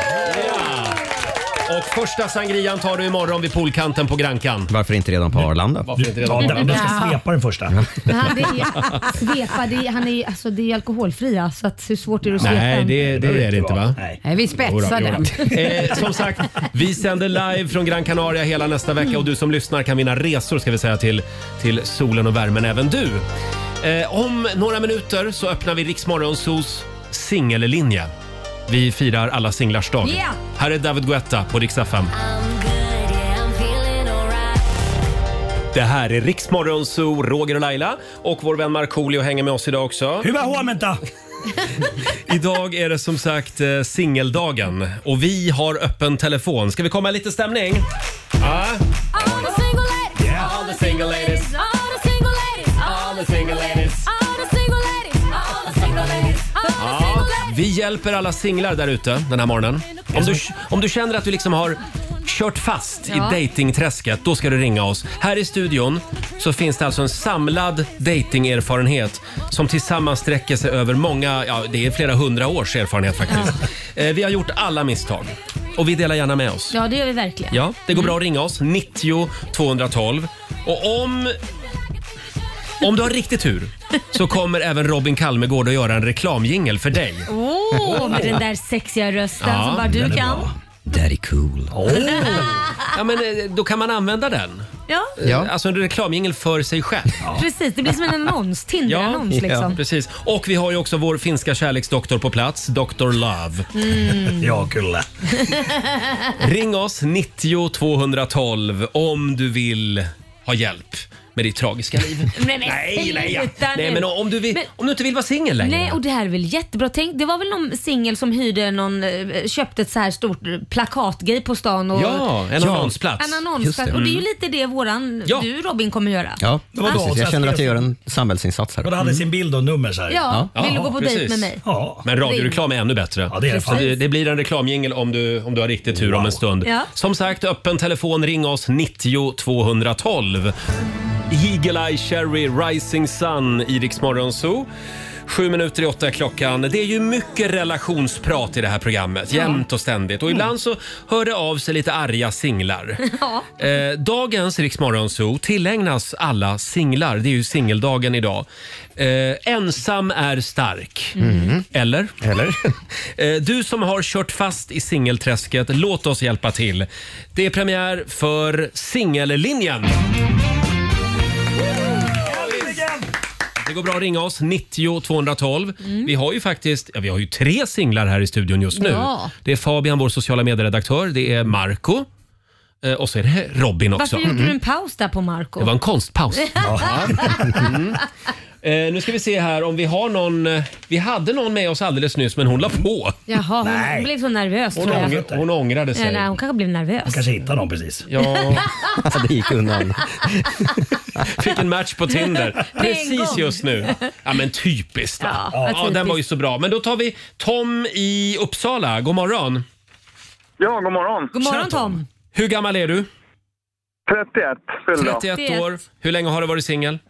Och första sangrian tar du imorgon vid poolkanten på Grankan. Varför inte redan på Arlanda? Varför inte redan på Arlanda? Du ska svepa den första. Men svepa, det är alkoholfria, så att hur svårt är det att svepa? Nej, det är det inte va? Nej, vi spetsar den. Som sagt, vi sänder live från Gran Canaria hela nästa vecka och du som lyssnar kan vinna resor ska vi säga till solen och värmen, även du. Om några minuter så öppnar vi Rix Morgonzos singellinje. Vi firar alla singlars dag. Yeah. Här är David Guetta på Rix FM. Det här är Rix Morgonzoo, Roger och Laila. Och vår vän Markoolio hänger med oss idag också. Hur var huomenta? Idag är det som sagt singeldagen. Och vi har öppen telefon. Ska vi komma i lite stämning? Ja. All the single ladies. Yeah. All the single ladies. All the single ladies. All the single ladies. All the single ladies. All the single ladies. All the Ja, vi hjälper alla singlar där ute den här morgonen. Om du känner att du liksom har kört fast i datingträsket, då ska du ringa oss. Här i studion så finns det alltså en samlad datingerfarenhet som tillsammans sträcker sig över många, det är flera 100 års erfarenhet faktiskt. Vi har gjort alla misstag och vi delar gärna med oss. Ja, det gör vi verkligen. Ja, det går bra att ringa oss, 90 212. Och om du har riktigt tur så kommer även Robin Kalmegård att göra en reklamjingel för dig. Med den där sexiga rösten som bara du kan. Daddy cool. Ja, men då kan man använda den. Ja. Alltså en reklamjingel för sig själv. Precis, det blir som en annons, Tinder-annons liksom. Ja, precis. Och vi har ju också vår finska kärleksdoktor på plats, Dr. Love. Ja, kulle. Ring oss 90 212 om du vill ha hjälp med ditt tragiska liv. Nej, men om du inte vill vara singel längre. Nej, och det här är väl jättebra. Tänk, det var väl någon singel som köpte ett så här stort plakatgrej på stan. Och, en annonsplats. En annonsplats. Och det är ju lite det du Robin kommer göra. Ja, precis. Jag känner att jag gör en samhällsinsats här. Och det hade sin bild och nummer så här. Ja, vill du gå på dejt med mig? Ja. Men radioreklam är ännu bättre. Ja, det blir en reklamjingel om du har riktigt tur om en stund. Ja. Som sagt, öppen telefon, ring oss 90 212. Eagle Eye Cherry, Rising Sun i Rix Morgon Zoo. 7:08 är klockan. Det är ju mycket relationsprat i det här programmet, jämt och ständigt. Och ibland så hör det av sig lite arga singlar. Dagens Rix Morgon Zoo tillägnas alla singlar. Det är ju singeldagen idag. Ensam är stark. Eller? Du som har kört fast i singelträsket, låt oss hjälpa till. Det är premiär för Singellinjen. Det går bra att ringa oss, 90 212. Vi har ju faktiskt, vi har ju 3 singlar här i studion just nu. Ja. Det är Fabian, vår sociala medieredaktör. Det är Marco. Och så är det Robin också. Varför gjorde du en paus där på Marco? Det var en konstpaus. Nu ska vi se här om vi har någon. Vi hade någon med oss alldeles nyss, men hon la på. Jaha, hon blev så nervös. Hon ångrade sig. Nej, hon kanske blev nervös. Hon kanske hittade någon precis. Ja, Det gick undan. fick en match på Tinder. Precis just nu. Ja, men typiskt. Ja, den var ju så bra. Men då tar vi Tom i Uppsala. God morgon. Ja, god morgon. God morgon Tom. Hur gammal är du? 31 fyllda. 31 år. Hur länge har du varit singel?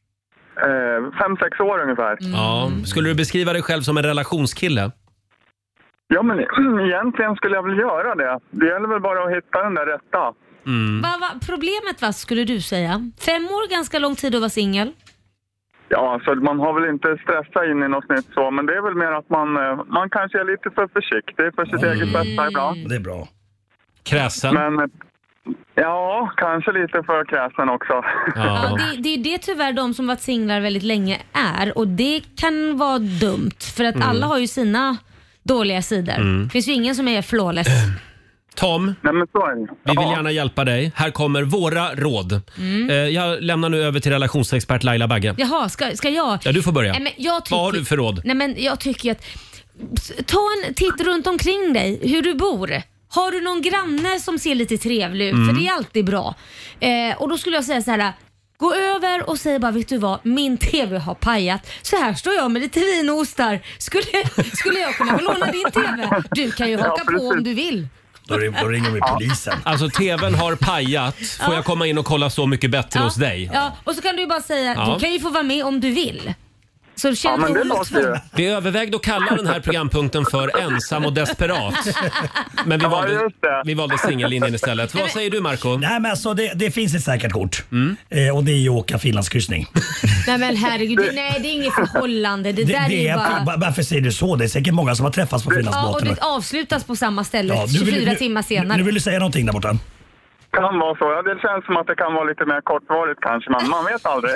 5-6 år ungefär. Ja. Skulle du beskriva dig själv som en relationskille? Ja, men egentligen skulle jag väl göra det. Det gäller väl bara att hitta den där rätta. Problemet vad skulle du säga? 5 år, ganska lång tid att vara singel. Ja, alltså man har väl inte stressat in i något nytt så, men det är väl mer att man kanske är lite för försiktig för sitt eget bästa ibland. Det är bra. Kräsen? Men ja, kanske lite för kräsen också. Ja, det är det tyvärr de som varit singlar väldigt länge är, och det kan vara dumt för att alla har ju sina dåliga sidor. Det finns ju ingen som är flawless. Tom, Nej, men så är det. vi vill gärna hjälpa dig. Här kommer våra råd. Jag lämnar nu över till relationsexpert Laila Bagge. Jaha, ska jag? Ja, du får börja. Nej, men Vad har du för råd? Nej, men jag tycker att ta en titt runt omkring dig, hur du bor. Har du någon granne som ser lite trevlig ut? För det är alltid bra. Och då skulle jag säga så här: gå över och säg bara, vet du vad, min TV har pajat. Så här står jag med lite vin och ostar. Skulle jag kunna låna din TV? Du kan ju haka på om du vill. Då ringer vi polisen. Alltså TVn har pajat. Får jag komma in och kolla Så mycket bättre hos dig? Ja, och så kan du bara säga, du kan ju få vara med om du vill. Så Ja, men det låter ju. Vi övervägde att kalla den här programpunkten för Ensam och desperat. Men vi valde singellinjen istället. Vad säger du, Marco? Nej, men alltså det finns ett säkert kort. Och det är ju att åka Finlandskryssning. Nej men herregud, det är inget förhållande. Det där är bara... Varför säger du så? Det är säkert många som har träffats på Finlandsbåten. Ja, och det avslutas på samma ställe 24 timmar senare. Nu vill du säga någonting där borta. Kan vara så. Ja, det känns som att det kan vara lite mer kortvarigt kanske, men man vet aldrig.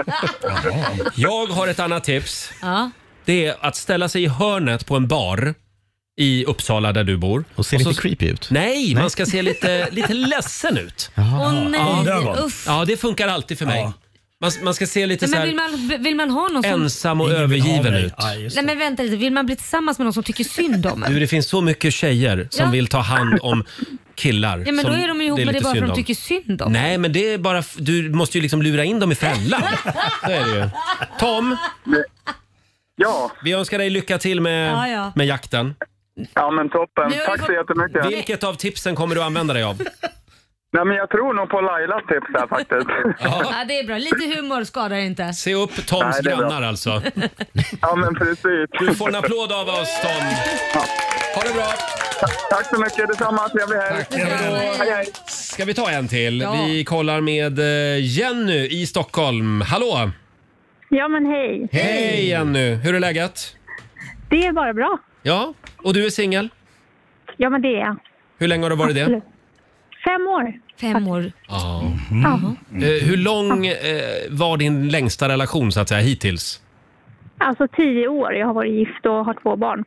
Jag har ett annat tips. Ja. Det är att ställa sig i hörnet på en bar i Uppsala där du bor. Och se lite creepy ut. Nej, man ska se lite ledsen ut. Åh nej, uff. Ja, det funkar alltid för mig. Ja. Man ska se lite så här vill man ha någon som... ensam och övergiven ut. Nej men vänta lite, vill man bli tillsammans med någon som tycker synd om en? Du, det finns så mycket tjejer som vill ta hand om killar. Ja, men då är de ihop med det bara för att de tycker synd om. Nej, men det är bara, du måste ju liksom lura in dem i fällan. Så är det ju. Tom, Ja. vi önskar dig lycka till med jakten. Ja, men toppen. Tack så jättemycket. Vilket av tipsen kommer du använda dig av? Nej, men jag tror nog på Lailas tips där faktiskt. Ja, det är bra. Lite humor skadar inte. Se upp Toms grannar alltså. Ja, men precis. Du får en applåd av oss, Tom. Ha det bra. Tack så mycket. Detsamma. Trevlig helg. Hej, hej. Ska vi ta en till? Ja. Vi kollar med Jenny i Stockholm. Hallå! Ja, men hej. Hej Jenny! Hur är läget? Det är bara bra. Ja, och du är singel? Ja, men det är jag. Hur länge har du varit det? 5 år. 5 år. Ja. Ja. Hur lång var din längsta relation så att säga hittills? Alltså 10 år. Jag har varit gift och har 2 barn.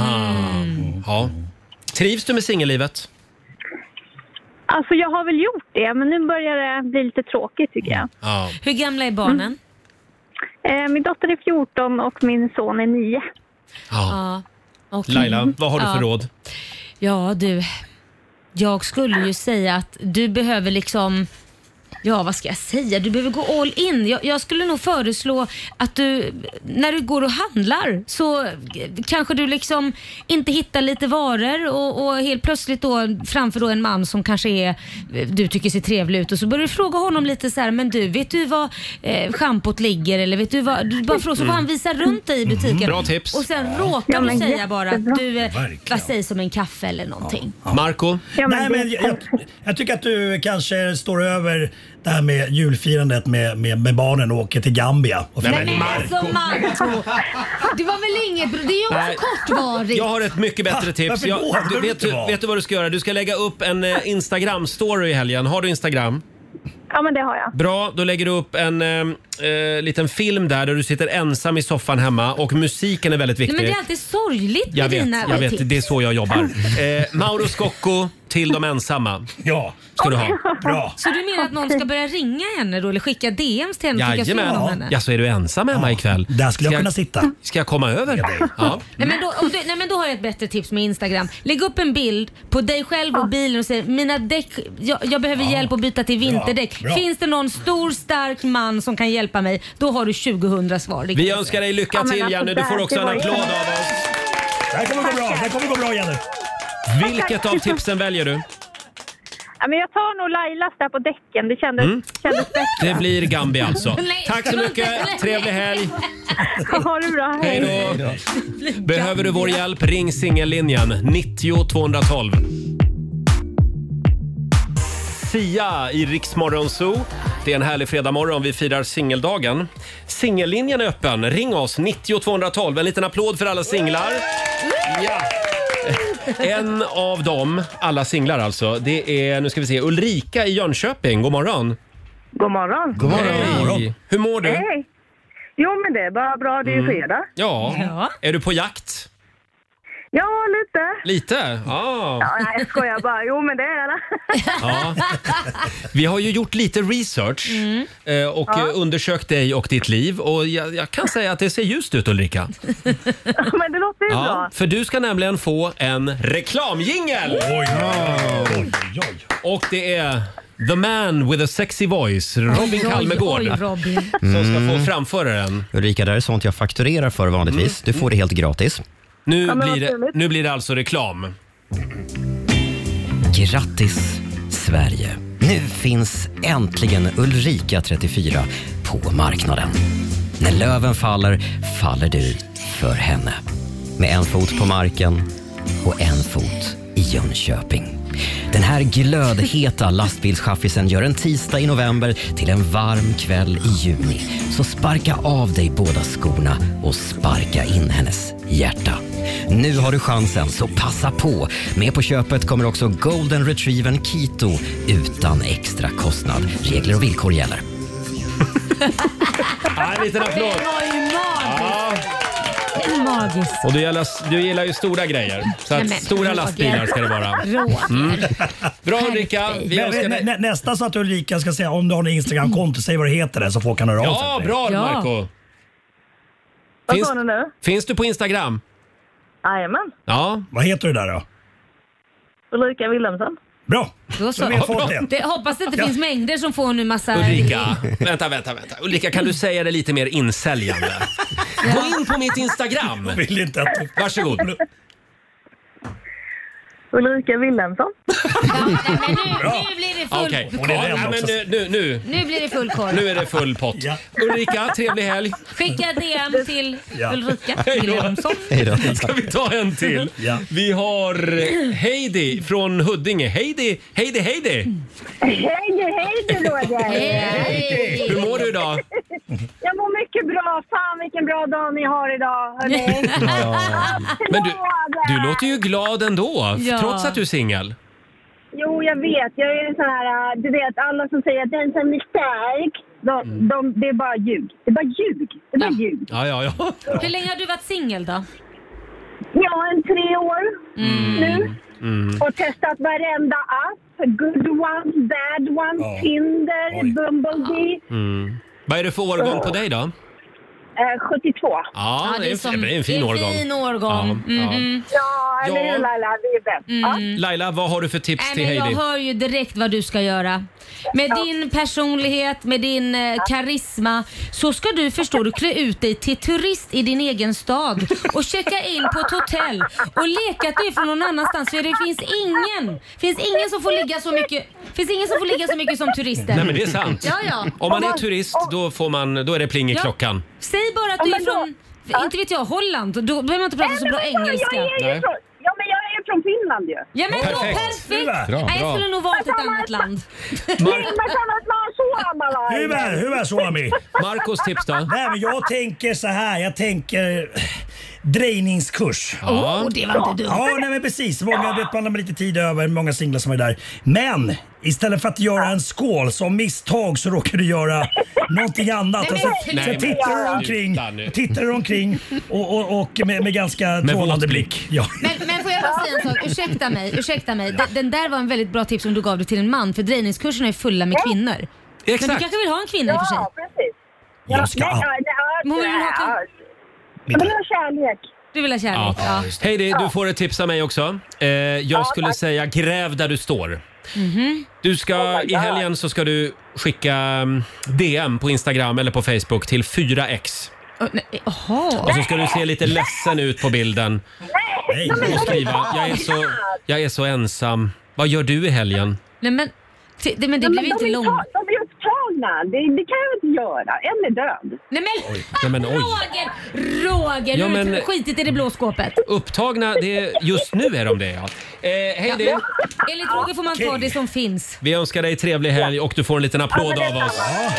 Ja. Trivs du med singellivet? Alltså jag har väl gjort det, men nu börjar det bli lite tråkigt tycker jag. Ja. Hur gamla är barnen? Min dotter är 14 och min son är 9. Ja. Okay. Laila, vad har du för råd? Ja, du. Jag skulle ju säga att du behöver liksom... Ja, vad ska jag säga? Du behöver gå all in. Jag skulle nog föreslå att du, när du går och handlar, så kanske du liksom inte hittar lite varor och helt plötsligt då framför då en man som kanske är, du tycker ser trevlig ut, och så börjar du fråga honom lite så här: men du, vet du vad schampot ligger? Eller vet du vad? Du bara frågar, så får han visa runt dig i butiken. Bra tips. Och sen råkar du säga bara att du, vad sägs som en kaffe eller någonting. Marco? Nej, men jag tycker att du kanske står över det här med julfirandet med barnen och åker till Gambia. Och Nej, men alltså Marco, det var väl inget, det är ju också kortvarigt. Jag har ett mycket bättre tips. Vet du vad du ska göra? Du ska lägga upp en Instagram-story i helgen. Har du Instagram? Ja, men det har jag. Bra, då lägger du upp en liten film där du sitter ensam i soffan hemma och musiken är väldigt viktig. Men det är alltid sorgligt med dina jag vet, tips. det är så jag jobbar. Mauro Scocco till de ensamma. Ja, ska du ha. Bra. Så du menar att någon ska börja ringa henne då, eller skicka DMs till henne? Jajamän. Ja, så är du ensam hemma ikväll. Där skulle jag kunna sitta. Ska jag komma över? Ja. Nej, men då har jag ett bättre tips med Instagram. Lägg upp en bild på dig själv och bilen och säg: mina däck, jag behöver hjälp att byta till vinterdäck. Bra. Finns det någon stor stark man som kan hjälpa mig? Då har du 2000 svar. Vi önskar dig lycka till, Jenny. Du får också en applåd av oss. Det här kommer gå bra. Det här kommer gå bra, Jenny. Vilket av tipsen väljer du? Ja, men jag tar nog Lailas där på däcken. Det kändes bättre. Det blir Gambia alltså. Tack så mycket. Trevlig helg. Ha det bra. Hej då. Behöver du vår hjälp? Ring singellinjen 90 212. Sia i Rix Morgon Zoo. Det är en härlig fredagmorgon. Vi firar singeldagen. Singellinjen är öppen. Ring oss 90 212. En liten applåd för alla singlar. Ja. En av dem, alla singlar alltså, det är, nu ska vi se, Ulrika i Jönköping. God morgon. God morgon. God morgon. Hej. Hur mår du? Hej. Jo, men det är bara bra. Det är fredag. Ja. Är du på jakt? Ja, lite. Lite? Ja, jag skojar bara. Jo, men det är det. Ja. Vi har ju gjort lite research och undersökt dig och ditt liv. Och jag kan säga att det ser ljust ut, Ulrika. Men det låter ju bra. För du ska nämligen få en reklamjingel. Oj. Och det är the man with a sexy voice, Robin Kalmegård, som ska få framföra den. Ulrika, det här är sånt jag fakturerar för vanligtvis. Du får det helt gratis. Nu blir det alltså reklam. Grattis Sverige! Nu finns äntligen Ulrika 34 på marknaden. När löven faller, faller du för henne. Med en fot på marken och en fot i Jönköping. Den här glödheta lastbilschaffisen gör en tisdag i november till en varm kväll i juni. Så sparka av dig båda skorna och sparka in hennes hjärta. Nu har du chansen, så passa på. Med på köpet kommer också Golden Retrievern Kito utan extra kostnad. Regler och villkor gäller. En liten applåd. Det var ju magiskt. Magiskt. Och du gillar ju stora grejer. Så att stora lastbilar ska det vara. Bra Ulrika. Nästan så att Ulrika ska säga, om du har en Instagram-konto, säg vad det heter, så folk kan höra av sig. Ja, bra Marco. Vad sa du nu? Finns du på Instagram? Jajamän. Ja. Vad heter du där då? Ulrika Wilhelmsson. Bra. Då så. Hoppas det inte finns mängder som får nu massa... Ulrika, vänta. Ulrika, kan du säga det lite mer insäljande? Gå in på mitt Instagram. Vill inte att... Varsågod. Ulrika Wilhelmsson. Nu blir det full Nu blir det full koll. Nu är det full pott. Ja. Ulrika, trevlig helg. Skicka DM till Ulrika Wilhelmsson. Ska vi ta en till? Ja. Vi har Heidi från Huddinge. Heidi! Hej Roger! Hej! Hur mår du idag? Jag mår mycket bra. Fan vilken bra dag ni har idag. Men du låter ju glad ändå, trots att du är singel. Jo, jag vet. Jag är så här, du vet, alla som säger att den som är stark, det är bara ljug. Det är bara ljug. Ja. Hur länge har du varit singel då? Ja, 3 år nu. Och testat varenda app. Good ones, bad ones, Tinder, Bumblebee. Vad är det för årgång på dig då? 72. Ja, det är en fin årgång. En fin årgång. Ja, eller hur Laila? Det är bäst. Laila, vad har du för tips till Heidi? Jag hör ju direkt vad du ska göra. Med din personlighet, med din karisma, så ska du klä ut dig till turist i din egen stad och checka in på ett hotell och leka att du är från någon annanstans, för det finns ingen som får ligga så mycket som turister. Nej, men det är sant. Ja. Om man är turist, då är det pling i klockan. Säg bara att du är från, inte vet jag, Holland. Då behöver man inte prata så bra engelska. Men jag är från Finland ju. Ja, men perfekt. Bra. Jag skulle nog valt ett annat land. Hyvä Suomi. Marcos tips då? Nej, men jag tänker så här. Jag tänker drejningskurs. Det var inte dumt. Ja, nej men precis. Många vet man har lite tid över, många singlar som är där. Men istället för att göra en skål som misstag så råkar du göra någonting annat. Så tittar du omkring och med ganska trålande blick. Ja. Men får jag bara säga en sak? Ursäkta mig. Den där var en väldigt bra tips som du gav det till en man, för drejningskurserna är fulla med kvinnor. Exakt. Men du kanske vill ha en kvinna i och för sig? Ja, precis. Jag ska... Men det var kärlek. Du vill ha kärlek, ja. Heidi, du får ett tips av mig också. Jag skulle säga gräv där du står. Du ska, i helgen så ska du skicka DM på Instagram eller på Facebook till 4X. Och så ska du se lite ledsen ut på bilden. Och skriva, jag är så ensam. Vad gör du i helgen? Nej, men det blev inte långt. De är upptagna. Det kan jag inte göra. En är död. Nej men Roger, ja, du har skitit i det blå skåpet. Upptagna, just nu är de det, ja. Heidi. Enligt Roger får man ta det som finns. Vi önskar dig trevlig helg och du får en liten applåd av oss.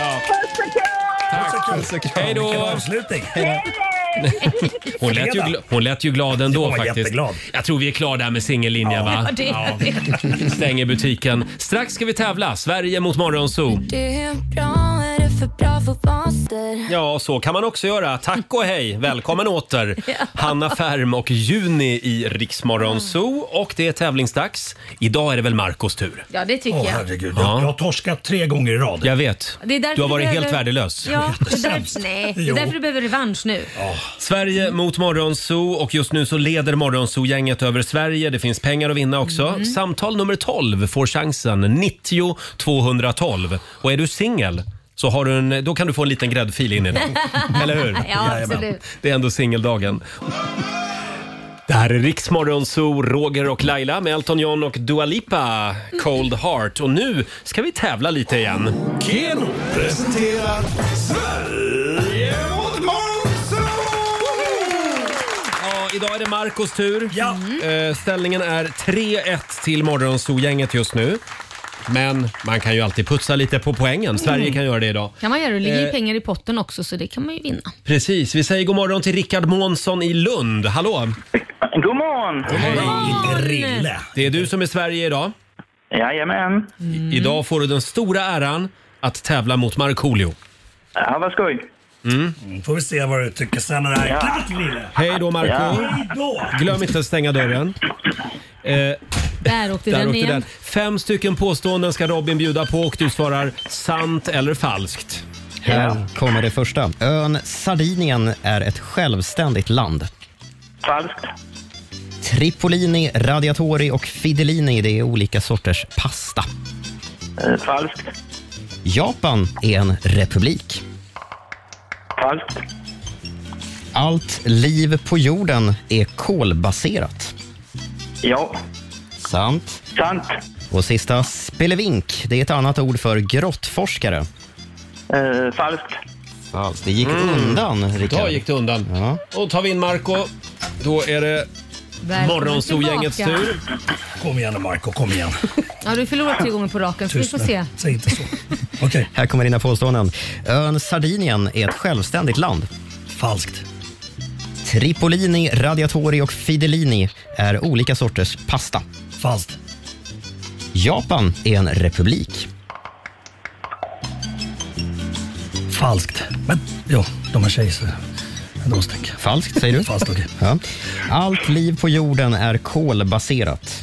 Tack. Hej då. Vilken avslutning. Hon lät ju glad ändå faktiskt. Jätteglad. Jag tror vi är klara där med singellinjen, va? Ja. Stänger butiken. Strax ska vi tävla. Sverige mot Morgonzoo. Ja, så kan man också göra. Tack och hej. Välkommen åter. Hanna Färm och Juni i Rix Morgonzoo. Och det är tävlingsdags. Idag är det väl Marcos tur. Ja, det tycker jag. Herregud. Jag har torskat 3 gånger i rad. Jag vet. Du har varit helt värdelös. Ja, det är därför du behöver revansch nu. Sverige mot Morgonzoo, och just nu så leder Morgonzoo-gänget över Sverige. Det finns pengar att vinna också. Samtal nummer 12 får chansen. 90 212. Och är du singel så har du då kan du få en liten gräddfil in idag. Eller hur? Ja, absolut. Det är ändå singeldagen. Det här är Rix Morgonzoo, Roger och Laila med Elton John och Dua Lipa, Cold Heart. Och nu ska vi tävla lite igen. Keno presenterar Sverige mot Morgonzoo! Ja, idag är det Marcos tur. Ja. Ställningen är 3-1 till Morgonzoo-gänget just nu. Men man kan ju alltid putsa lite på poängen. Sverige kan göra det idag. Kan man göra. Det ligger pengar i potten också, så det kan man ju vinna. Precis. Vi säger god morgon till Rickard Månsson i Lund. Hallå! God morgon! Hej! Det är du som är Sverige idag. Jajamän. Idag får du den stora äran att tävla mot Markoolio. Ja, vad skoj. Får vi se vad du tycker sen när det här är klart, Lille. Hej då, Marco. Glöm inte att stänga dörren. Där åkte den igen. 5 stycken påståenden ska Robin bjuda på och du svarar sant eller falskt. Här kommer det första. Ön Sardinien är ett självständigt land. Falskt. Tripolini, radiatori och fidellini, det är olika sorters pasta. Falskt. Japan är en republik. Falskt. Allt liv på jorden är kolbaserat. Ja. Sant. Sant. Och sista, spelevink. Det är ett annat ord för grottforskare. Falskt. Falskt. Det gick undan, Rickard. Då gick det undan. Ja. Och tar vi in Marco, då är det Morgonzoo-gängets tur. Kom igen Marco, kom igen. Ja, du förlorat 3 gånger på raken, så vi får se. Säg inte så. Okay. Här kommer dina påståenden. Ön Sardinien är ett självständigt land. Falskt. Tripolini, radiatori och fidellini är olika sorters pasta. Falskt. Japan är en republik. Falskt. Men ja, de är kejsare. Falskt, säger du? Falskt, okej. Ja. Allt liv på jorden är kolbaserat.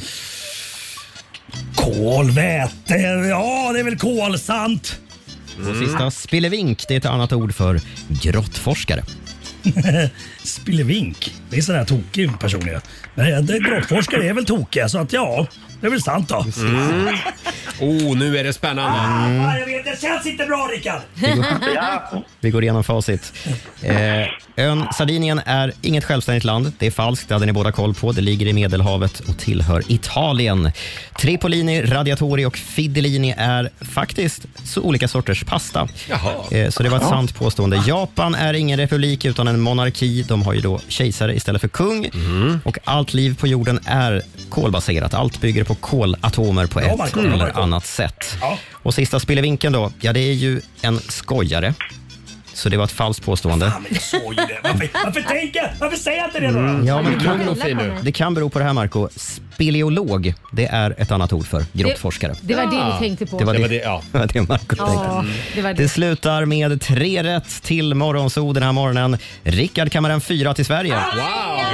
Kol, väte, ja det är väl kol, sant. Och sista, spillevink, det är ett annat ord för grottforskare. Spillevink, det är sån här tokig personlighet. Men grottforskare är väl tokiga, så att ja, det är väl sant då. Nu är det spännande. Jag vet, det känns inte bra, Rickard. Vi går igenom facit. Ön Sardinien är inget självständigt land. Det är falskt, det hade ni båda koll på. Det ligger i Medelhavet och tillhör Italien. Tripolini, radiatori och fidellini är faktiskt så olika sorters pasta. Så det var ett sant påstående. Japan är ingen republik utan en monarki. De har ju då kejsare istället för kung. Och allt liv på jorden är kolbaserat. Allt bygger på kolatomer på ett eller annat sätt. Och sista spillevinkeln då, ja det är ju en skojare. Så det var ett falskt påstående. Fan, men jag såg ju det. Varför säger jag inte det då? Ja, men det kan bero på det här, Marco. Speleolog, det är ett annat ord för grottforskare. Det var det vi tänkte på. Det var det Marco tänkte. Det slutar med 3 rätt till Morgonzoo den här morgonen. Rickard kammaren 4 till Sverige. Wow!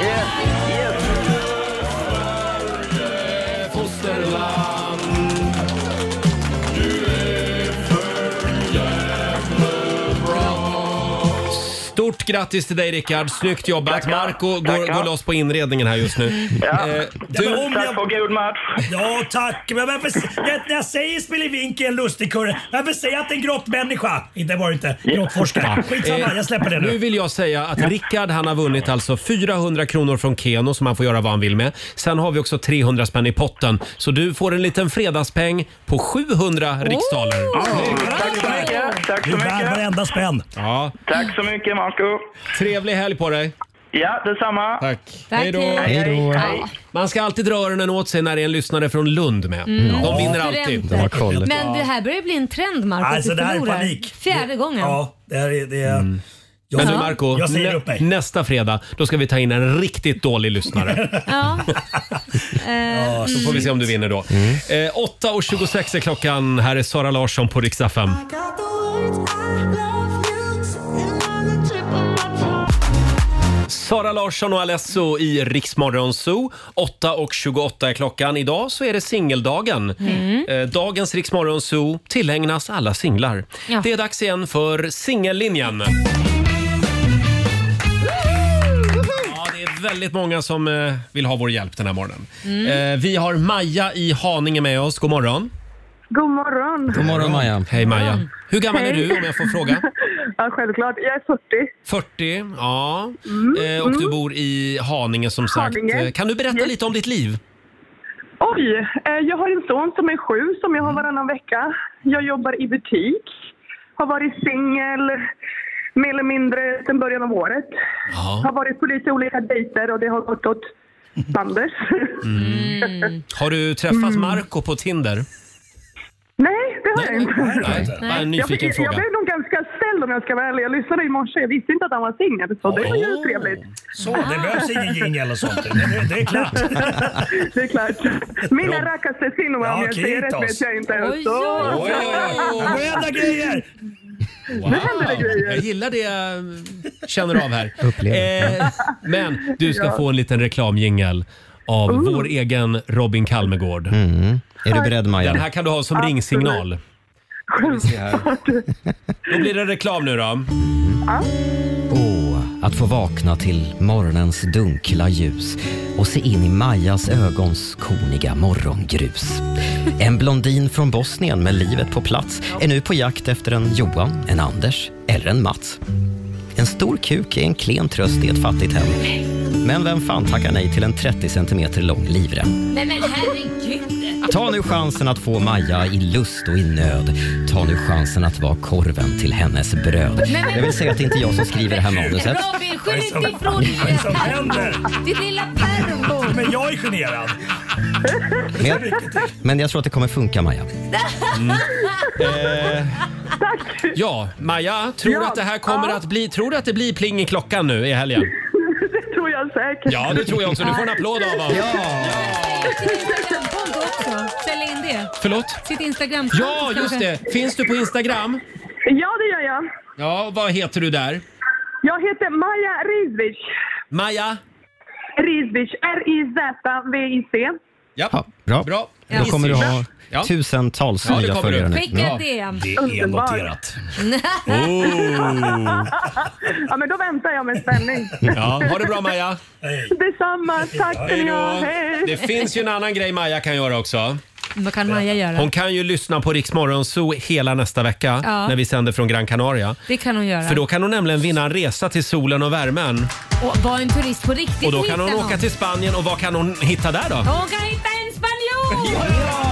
Stort grattis till dig, Rickard. Snyggt jobbat. Marco går loss på inredningen här just nu. Tack för god match. Ja, tack. Men när jag säger spelevink är en lustig kurre, varför säger jag att en grottmänniska? Inte var det inte. Grottforskare. Skitsamma, jag släpper det nu. Nu vill jag säga att Rickard, han har vunnit alltså 400 kronor från Keno som han får göra vad han vill med. Sen har vi också 300 spänn i potten. Så du får en liten fredagspeng på 700 riksdaler. Tack så Du mycket. bär varenda spänn. Ja. Tack så mycket, Marco. Trevlig helg på dig. Ja, detsamma. Tack. Tack. Hej då. Hej. Man ska alltid dra öronen åt sig när det är en lyssnare från Lund med. De vinner alltid. De har koll. Men det här börjar bli en trend, Marco. Alltså, det här är förlorar. panik. 4:e gången. Ja, det är... Men du Marco, jag säger upp mig. nästa fredag då ska vi ta in en riktigt dålig lyssnare. Ja. Så får vi se om du vinner då. 8:26 är klockan. Här är Sara Larsson på Rix FM. Sara Larsson och Alesso i Rix Morgonzoo. 8:28 är klockan. Idag så är det singeldagen. Dagens Rix Morgonzoo tillägnas alla singlar. Ja. Det är dags igen för singellinjen. Ja, det är väldigt många som vill ha vår hjälp den här morgonen. Vi har Maja i Haninge med oss. God morgon. God morgon. God morgon, Maja. Hej Maja. Hur gammal är du om jag får fråga? Ja, självklart. Jag är 40. 40, ja. Och du bor i Haninge som sagt. Haninge. Kan du berätta lite om ditt liv? Oj, jag har en son som är 7 som jag har varannan vecka. Jag jobbar i butik. Har varit singel mer eller mindre sedan början av året. Har varit på lite olika dejter och det har gått åt Anders. Har du träffat Marco på Tinder? Nej, det har jag inte. Nej. Bara en nyfiken fråga. Jag blev nog ganska ställd om jag ska vara ärlig. Jag lyssnade i morse. Jag visste inte att han var singel. Så det var ju trevligt. Så, det behövs ingen jingel och sånt. Det är klart. Det är klart. Mina rackaste sinnen, om jag säger rätt, vet jag inte. Oj. Vad händer grejer? Wow. Jag gillar det jag känner av här. Men du ska få en liten reklamjingel av vår egen Robin Kalmegård. Är du beredd, Maja? Den här kan du ha som ringsignal. Då blir det reklam nu då. Att få vakna till morgonens dunkla ljus och se in i Majas ögons korniga morgongrus. En blondin från Bosnien med livet på plats är nu på jakt efter en Johan, en Anders eller en Mats. En stor kuk är en klen tröst i ett fattigt hem. Men vem fan tackar nej till en 30 centimeter lång livrem? Nej men herregud. Ta nu chansen att få Maja i lust och i nöd. Ta nu chansen att vara korven till hennes bröd. Jag vill säga att det inte är jag som skriver det här manuset. Robin, skyll inte ifrån dig. Vad är det som händer? Ditt lilla pervo. Men jag är generad. Men jag tror att det kommer funka, Maja. Tack. Ja, Maja, tror du att det här kommer att bli... Tror du att det blir pling i klockan nu i helgen? Det tror jag säkert. Ja, det tror jag också. Du får en applåd av oss. Ställ in det. Förlåt? Sitt Instagram. Ja, just det. Finns du på Instagram? Ja, det gör jag. Ja, vad heter du där? Jag heter Maja Rizvic. Maja? Rizvic. R-I-Z-V-I-C. Ja, bra. Då kommer du ha tusentals nya följare nu. Skicka DM. Det är noterat. Ja, men då väntar jag med spänning. Ja, ha det bra, Maja. Detsamma. Tack för ni har. Hej. Det finns ju en annan grej Maja kan göra också. Vad kan Maja göra? Hon kan ju lyssna på Rix Morgon Zoo hela nästa vecka när vi sänder från Gran Canaria. Det kan hon göra. För då kan hon nämligen vinna en resa till solen och värmen. Och vara en turist på riktigt. Och då kan hon åka till Spanien. Och vad kan hon hitta där då? Hon kan hitta en spanjor!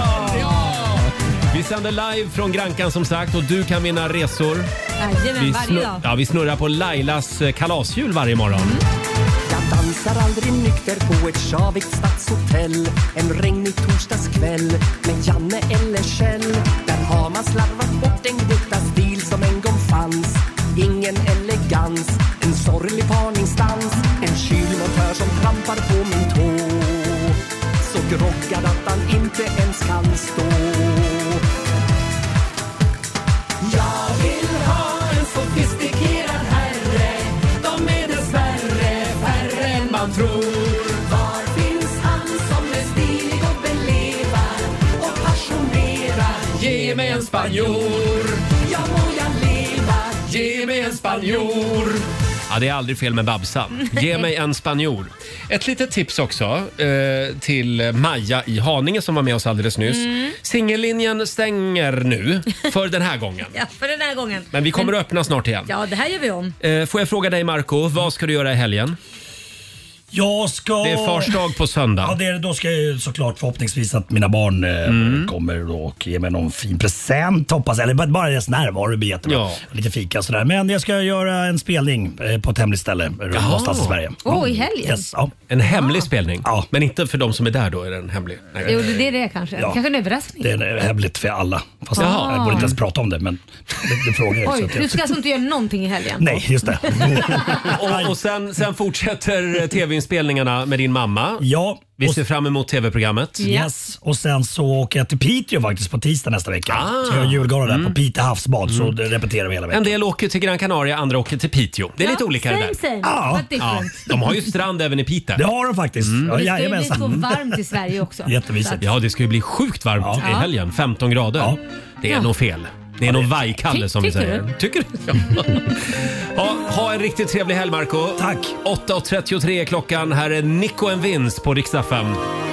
Vi sänder live från Grankan som sagt och du kan vinna resor. Jajamän, varje dag. Vi snurrar på Lailas kalashjul varje morgon. Jag dansar aldrig nykter på ett sjavigt stadshotell. En regnig torsdagskväll med Janne eller Kjell. Där har man slarvat bort en gutta stil som en gång fanns. Ingen elegans, en sorglig parningsdans. En kylmontör som trampar på min tå. Så groggad att han inte ens kan stå. Jag vill ha en sofistikerad herre. De är dessvärre färre än man tror. Var finns han som är stilig och belevad och passionerad? Ge mig en spanjor. Ja, må jag leva. Ge mig en spanjor. Ja, det är aldrig fel med Babsa. Ge mig en spanjor. Ett litet tips också till Maja i Haninge som var med oss alldeles nyss. Singellinjen stänger nu för den här gången. Ja, för den här gången. Men vi kommer att öppna snart igen. Ja, det här gör vi om. Får jag fråga dig, Marco, vad ska du göra i helgen? Jag ska... Det är farsdag på söndag. Ja, då ska jag såklart förhoppningsvis att mina barn kommer och ger mig någon fin present, hoppas. Eller bara deras närvaro blir jättebra. Ja. Lite fika och sådär. Men jag ska göra en spelning på ett hemligt ställe någonstans i Sverige. I helgen? Yes, ja. En hemlig spelning? Ja. Men inte för de som är där då, är den hemlig? Nej. Jo, det är det kanske. Ja. Kanske en överraskning. Det är hemligt för alla. Fast jag borde inte ens prata om det, men det frågar jag. Oj, du ska alltså inte göra någonting i helgen? Nej, just det. och sen fortsätter tv-inspelningarna med din mamma. Ja. Vi ser fram emot tv-programmet. Yes. Och sen så åker jag till Piteå faktiskt på tisdag nästa vecka. Så jag har julgala där på Piteå havsbad. Så det repeterar vi hela veckan. En del åker till Gran Canaria, andra åker till Piteå. Det är lite olika det där. Ja. De har ju strand även i Piteå. Det har de faktiskt. Det ska ju bli så varmt i Sverige också. Jättevisigt. Ja, det ska ju bli sjukt varmt i helgen. 15 grader. Ja. Det är nog fel. Det är nog vajkalle som vi säger. Tycker du? Ha en riktigt trevlig helg, Marco. Tack. 8.33 är klockan. Här är Nico and Vince på Rix FM.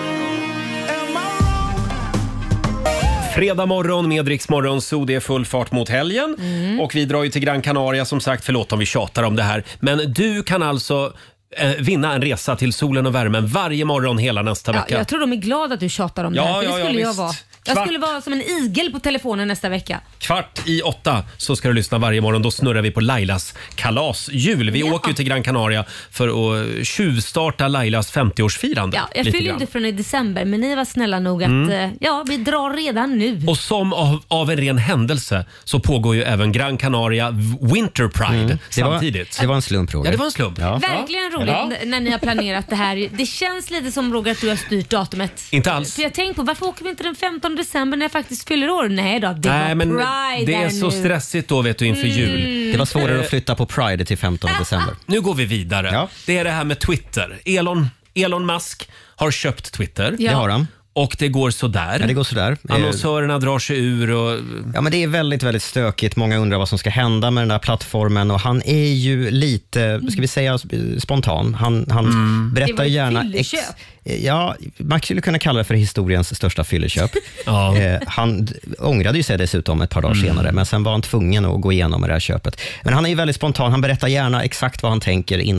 Fredag morgon med Rix Morgon Zoo. Det är full fart mot helgen. Och vi drar ju till Gran Canaria som sagt. Förlåt om vi tjatar om det här. Men du kan alltså vinna en resa till solen och värmen varje morgon hela nästa vecka. Jag tror de är glada att du tjatar om det här. För det skulle jag vara. Jag skulle vara som en igel på telefonen nästa vecka. 7:15 så ska du lyssna varje morgon. Då snurrar vi på Lailas kalashjul. Vi åker ju till Gran Canaria för att tjuvstarta Lailas 50-årsfirande. Ja, jag fyller inte från i december, men ni var snälla nog att vi drar redan nu. Och som av en ren händelse så pågår ju även Gran Canaria Winter Pride samtidigt. Det var en slump, Roger. Ja, det var en slump. Ja. Verkligen roligt när ni har planerat det här. Det känns lite som, Roger, att du har styrt datumet. Inte alls. För jag tänkte på, varför åker vi inte den 15 december när jag faktiskt fyller år? Nej då, det var Pride. Det är så stressigt då, vet du, inför jul. Det var svårare att flytta på Pride till 15 december. Nu går vi vidare. Ja. Det är det här med Twitter. Elon Musk har köpt Twitter. Ja. Det har han. Och det går sådär. Ja, det går sådär. Annonsörerna drar sig ur. Och... Ja, men det är väldigt, väldigt stökigt. Många undrar vad som ska hända med den där plattformen. Och han är ju lite, ska vi säga, spontan. Han berättar gärna... Ja, man skulle kunna kalla det för historiens största fylleköp. Han ångrade ju sig dessutom ett par dagar senare, men sen var han tvungen att gå igenom med det här köpet. Men han är ju väldigt spontan. Han berättar gärna exakt vad han tänker innan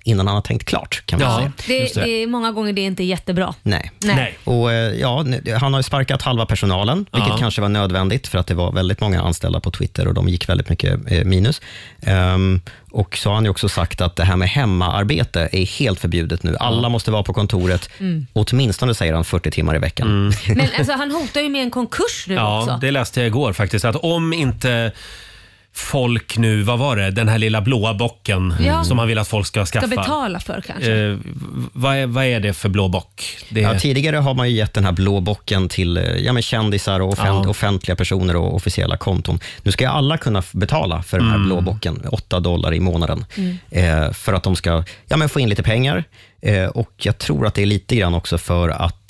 innan han har tänkt klart, kan man säga. Det är många gånger det är inte jättebra. Nej. Och han har ju sparkat halva personalen, vilket kanske var nödvändigt för att det var väldigt många anställda på Twitter och de gick väldigt mycket minus. Och så har han ju också sagt att det här med hemmaarbete är helt förbjudet nu. Alla måste vara på kontoret, åtminstone säger han 40 timmar i veckan. Men alltså, han hotar ju med en konkurs nu också. Ja, det läste jag igår faktiskt, att om inte folk nu, vad var det? Den här lilla blåa bocken som man vill att folk ska skaffa. Ska betala för kanske. Vad är det för blå bock? Tidigare har man ju gett den här blå bocken till kändisar och offentliga personer och officiella konton. Nu ska alla kunna betala för den här blå bocken, $8 i månaden. För att de ska få in lite pengar. Och jag tror att det är lite grann också för att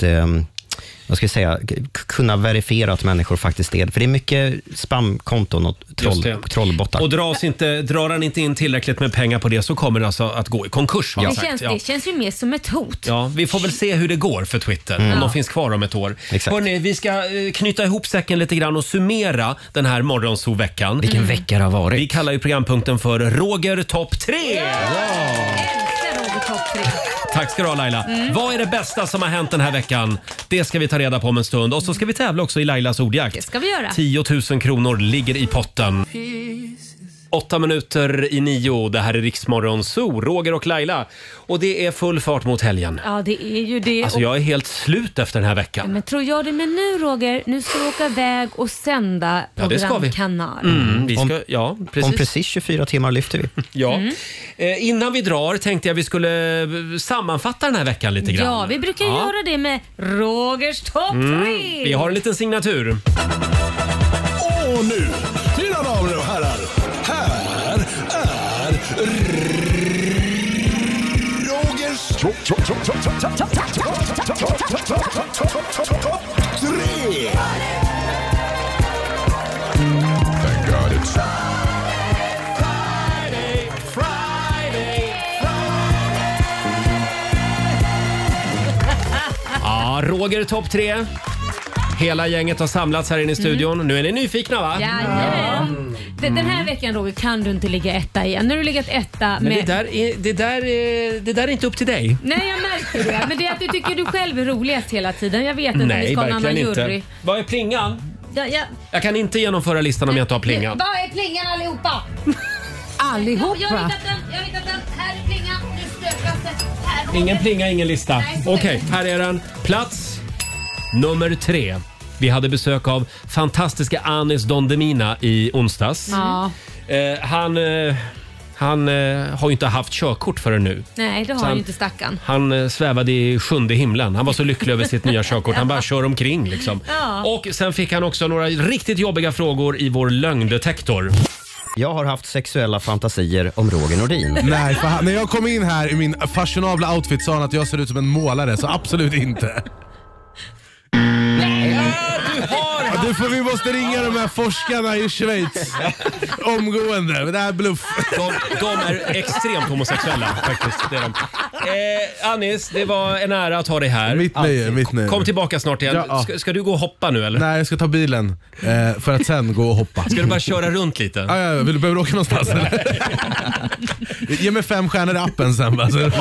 kunna verifiera att människor faktiskt är. För det är mycket spamkonton och trollbottar. Och drar han inte in tillräckligt med pengar på det, så kommer det alltså att gå i konkurs. Det känns ju mer som ett hot. Ja, vi får väl se hur det går för Twitter. Om de finns kvar om ett år. Hörrni, vi ska knyta ihop säcken lite grann och summera den här morgonsoveckan. Vilken vecka det har varit. Vi kallar ju programpunkten för Roger Topp 3. Tack ska du ha, Laila. Vad är det bästa som har hänt den här veckan? Det ska vi ta reda på om en stund. Och så ska vi tävla också i Lailas ordjakt. Det ska vi göra. 10 000 kronor ligger i potten. 8:09. Det här är Riksmorgon Zoo, Roger och Laila. Och det är full fart mot helgen. Ja, det är ju det. Alltså jag är helt slut efter den här veckan. Men tror jag det. Men nu, Roger, nu ska vi åka iväg och sända programkanal. Om precis 24 timmar lyfter vi. Innan vi drar tänkte jag vi skulle sammanfatta den här veckan lite grann. Ja, vi brukar göra det med Rogers topp 3. Vi har en liten signatur. Och nu, mina damer och herrar, här är Rogers tre. Thank God it's Ja, Roger topp 3. Hela gänget har samlats här inne i studion. Nu är ni nyfikna, va? Ja. Den här veckan, Roger, kan du inte ligga etta igen. Nu har du legat etta Men med... det där är inte upp till dig. Nej, jag märker det. Men det är att du tycker du själv är roligast hela tiden. Jag vet inte om vi ska ha en annan jury. Vad är plingan? Ja. Jag kan inte genomföra listan om jag inte har plingan. Vad är plingan allihopa? Allihopa? Jag har hittat den. Här är plingan. Nu stökas det. Här, ingen plinga, ingen lista. Okej, här är den. Plats nummer 3. Vi hade besök av fantastiska Anis Don Demina i onsdags. Ja. Han har ju inte haft körkort förrän nu. Nej, det har han ju inte, stackarn. Han svävade i 7:e himlen. Han var så lycklig över sitt nya körkort. Han bara kör omkring liksom. Ja. Och sen fick han också några riktigt jobbiga frågor i vår lögndetektor. Jag har haft sexuella fantasier om Roger Nordin. Nej, för när jag kom in här i min fashionabla outfit sa han att jag ser ut som en målare, så absolut inte. Vi måste ringa de här forskarna i Schweiz omgående. Det här är bluff. De är extremt homosexuella faktiskt. Det är de. Anis, det var en ära att ha dig här. Mitt nöje. Kom tillbaka snart igen. Ja. Ska du gå och hoppa nu eller? Nej, jag ska ta bilen för att sen gå och hoppa. Ska du bara köra runt lite? Ja, behöver du åka någonstans eller? Ge mig 5 stjärnor i appen sen.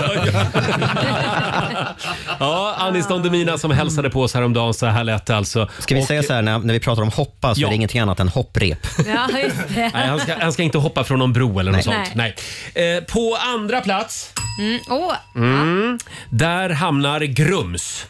Ja, Anis Don Demina som hälsade på oss häromdagen, så här lät det alltså. Ska vi säga så här, när vi pratar om hoppa så är det ingenting annat än hopprep. Ja, just det. Nej, han ska inte hoppa från någon bro eller något sånt. Nej. På andra plats där hamnar Grums.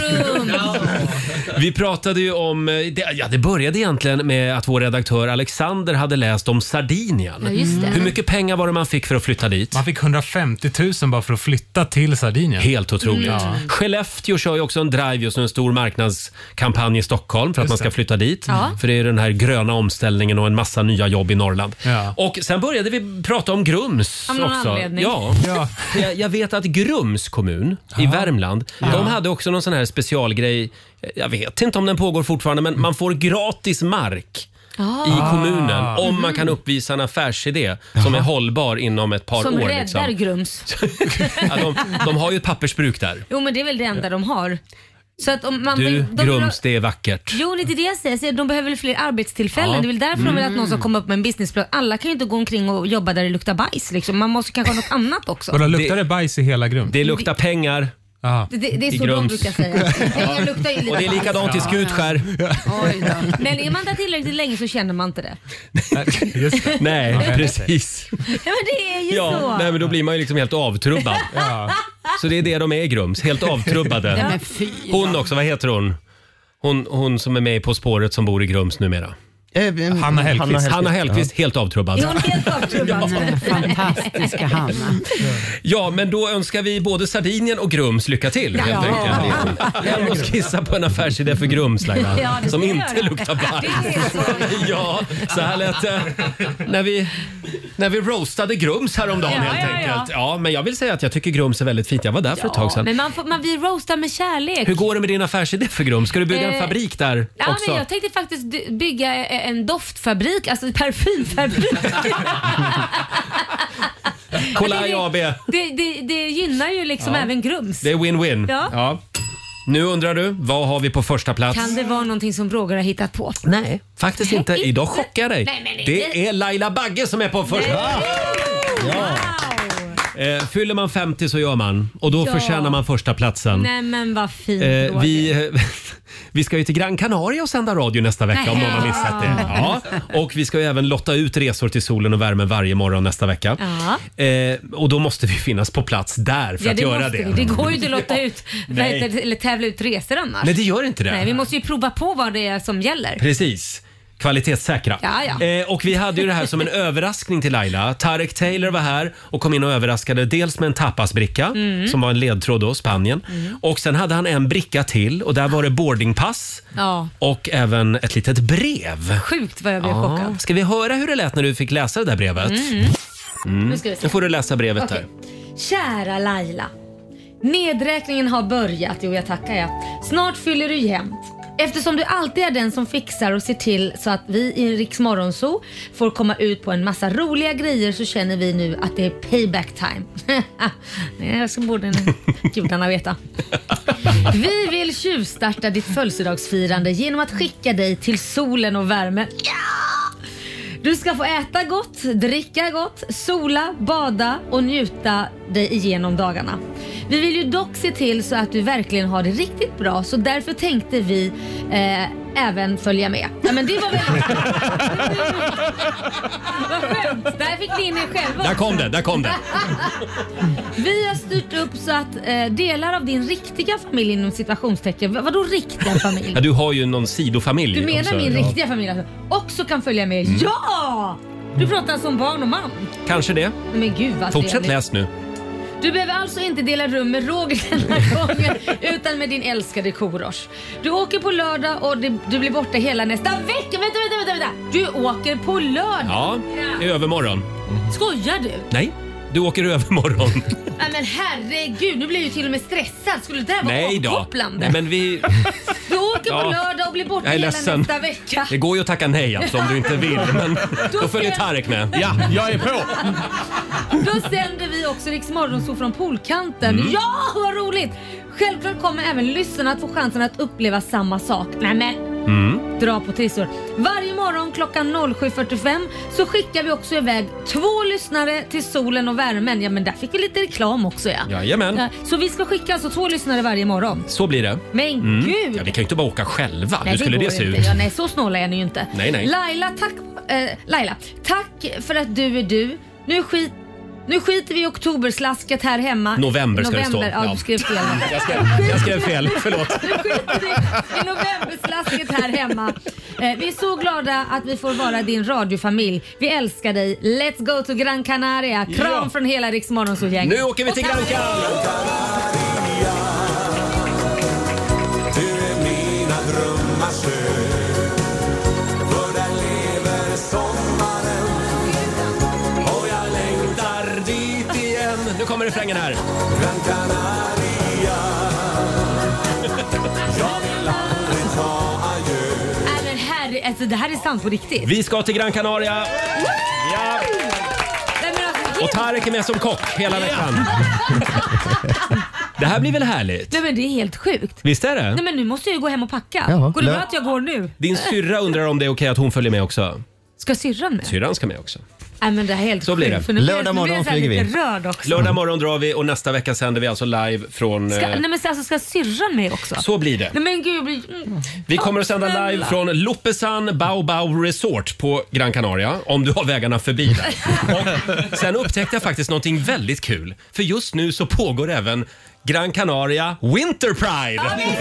Vi pratade ju om, det började egentligen med att vår redaktör Alexander hade läst om Sardinien. Ja, just det. Hur mycket pengar var det man fick för att flytta dit? Man fick 150 000 bara för att flytta till Sardinien. Helt otroligt. Skellefteå kör ju också en drive just nu, en stor marknadskampanj i Stockholm för att man ska flytta dit. Ja. För det är den här gröna omställningen och en massa nya jobb i Norrland. Ja. Och sen började vi prata om Grums av någon också. Anledning. Ja. Jag vet att Grums kommun i Värmland, de hade också någon sån här specialgrej. Jag vet inte om den pågår fortfarande, men man får gratis mark i kommunen om man kan uppvisa en affärsidé som är hållbar inom ett par som år. Som räddar liksom. Grums. De har ju ett pappersbruk där. Jo, men det är väl det enda de har. Så att om man Grums, det är vackert. Jo, det är det jag säger. De behöver väl fler arbetstillfällen. Ja. Det är väl därför de vill att någon ska komma upp med en businessplan. Alla kan ju inte gå omkring och jobba där det luktar bajs. Liksom. Man måste kanske ha något annat också. Och då luktar det bajs i hela Grums? Det luktar pengar. Det är så de brukar säga. Pengar luktar ju lite och det är likadant i Skutskär. Men är man där tillräckligt länge så känner man inte det. Nej, precis. Ja, men det är ju så. Nej, men då blir man ju liksom helt avtrubbad. Så det är det de är i Grums, helt avtrubbade. Hon också, vad heter hon? Hon som är med På spåret som bor i Grums numera. Hanna Hellqvist, helt avtrubbad. Är hon helt avtrubbad? Fantastiska Hanna. Ja, men då önskar vi både Sardinien och Grums lycka till. Helt enkelt. Hem och skissa på en affärsidé för Grums, Laila, som inte luktar bajs. Ja, så här lät det när vi roastade Grums häromdagen helt enkelt. Ja, men jag vill säga att jag tycker Grums är väldigt fint. Jag var där för ett tag sedan. Men man vill roasta med kärlek. Hur går det med din affärsidé för Grums? Ska du bygga en fabrik där också? Men jag tänkte faktiskt bygga en doftfabrik, alltså parfymfabrik. Kolaj AB. Det gynnar ju liksom även Grums. Det är win-win. Ja. Nu undrar du, vad har vi på första plats? Kan det vara någonting som Roger har hittat på? Nej, faktiskt inte. Idag chockar jag dig. Det är Laila Bagge som är på första. Ja. Fyller man 50 så gör man. Och då förtjänar man första platsen. Nej men vad fint, Roger. Vi ska ju till Gran Canaria och sända radio nästa vecka om någon har missat det. Ja. Och vi ska ju även lotta ut resor till solen och värmen varje morgon nästa vecka. Och då måste vi finnas på plats där för att göra det. Det går ju inte att lotta ut eller tävla ut resor annars. Nej, det gör inte det. Nej, vi måste ju prova på vad det är som gäller. Precis. Kvalitetssäkra. Och vi hade ju det här som en överraskning till Laila. Tarek Taylor var här och kom in och överraskade dels med en tapasbricka som var en ledtråd då, Spanien. Och sen hade han en bricka till och där var det boardingpass och även ett litet brev. Sjukt vad jag blev chockad. Ska vi höra hur det lät när du fick läsa det där brevet? Nu ska vi se. Nu får du läsa brevet där. Kära Laila. Nedräkningen har börjat. Jo, jag tackar jag. Snart fyller du jämnt. Eftersom du alltid är den som fixar och ser till så att vi i Riks Morgonzoo får komma ut på en massa roliga grejer så känner vi nu att det är payback time. Nej, så borde gudarna veta. Vi vill tjuvstarta ditt födelsedagsfirande genom att skicka dig till solen och värmen. Du ska få äta gott, dricka gott, sola, bada och njuta dig igenom dagarna. Vi vill ju dock se till så att du verkligen har det riktigt bra, så därför tänkte vi även följa med. Ja, men det var väl... Vad skönt, där fick ni in er själva. Där kom det. Vi har styrt upp så att delar av din riktiga familj inom situationstecken, vadå riktiga familj? Ja, du har ju någon sidofamilj. Du menar också, min riktiga familj alltså, också kan följa med? Ja! Du pratar som barn och man. Kanske det. Men gud vad fortsätt trevligt. Läs nu. Du behöver alltså inte dela rum med Roger denna gången utan med din älskade Korosh. Du åker på lördag och du blir borta hela nästa vecka. Vänta. Du åker på lördag. Ja, i övermorgon. Skojar du? Nej, du åker övermorgon. Nej men herregud, nu blir jag ju till och med stressad. Skulle det där vara avkopplande? Nej, men vi... Du åker på lördag och blir borta hela nästa vecka. Det går ju att tacka nej alltså, om du inte vill. Men då följer Tarek med. Ja, jag är på. Då sänder vi också Riks Morgonzoo från poolkanten. Ja, vad roligt! Självklart kommer även lyssnarna att få chansen att uppleva samma sak. Nej men, dra på trissor. Varje morgon klockan 07.45 så skickar vi också iväg 2 lyssnare till solen och värmen. Ja men där fick vi lite reklam också Jajamän. Så vi ska skicka alltså 2 lyssnare varje morgon. Så blir det. Men gud. Ja, vi kan ju inte bara åka själva. Nej, hur skulle det se ut? Ja, nej, så snåla är ni ju inte. Nej. Laila, tack för att du är du. Nu skiter vi i oktoberslasket här hemma. November ska det stå. Ja, du skrev fel. Jag skrev fel, förlåt. Nu skiter vi i novemberslasket här hemma. Vi är så glada att vi får vara din radiofamilj. Vi älskar dig. Let's go to Gran Canaria. Kram från hela Riks Morgonzoo-gänget. Nu åker vi till Gran Canaria. Du är mina drömmars ö. För där lever sommaren. Och jag längtar dit igen. Nu kommer refrängen här. Gran Canaria. Jag vill aldrig ta adjö. Men herre, alltså det här är sant på riktigt. Vi ska till Gran Canaria. Ja. Och Tarek är med som kock hela veckan. Det här blir väl härligt? Nej men det är helt sjukt. Visst är det? Nej men nu måste jag ju gå hem och packa. Jaha. Går det bra att jag går nu? Din syrra undrar om det är okej att hon följer med också. Ska syrran med? Syrran ska med också. Nej men det är helt Så blir det. sjukt, för nu Lördag blir jag morgon så här flyger vi. lite rörd också. Lördag morgon drar vi och nästa vecka sänder vi alltså live från... Nej men alltså, ska syrran med också? Så blir det. Nej men gud jag blir... Vi kommer att sända snälla. live från Loppesan Baobab Resort på Gran Canaria, om du har vägarna förbi där. Och sen upptäckte jag faktiskt någonting väldigt kul. För just nu så pågår även Gran Canaria Winter Pride.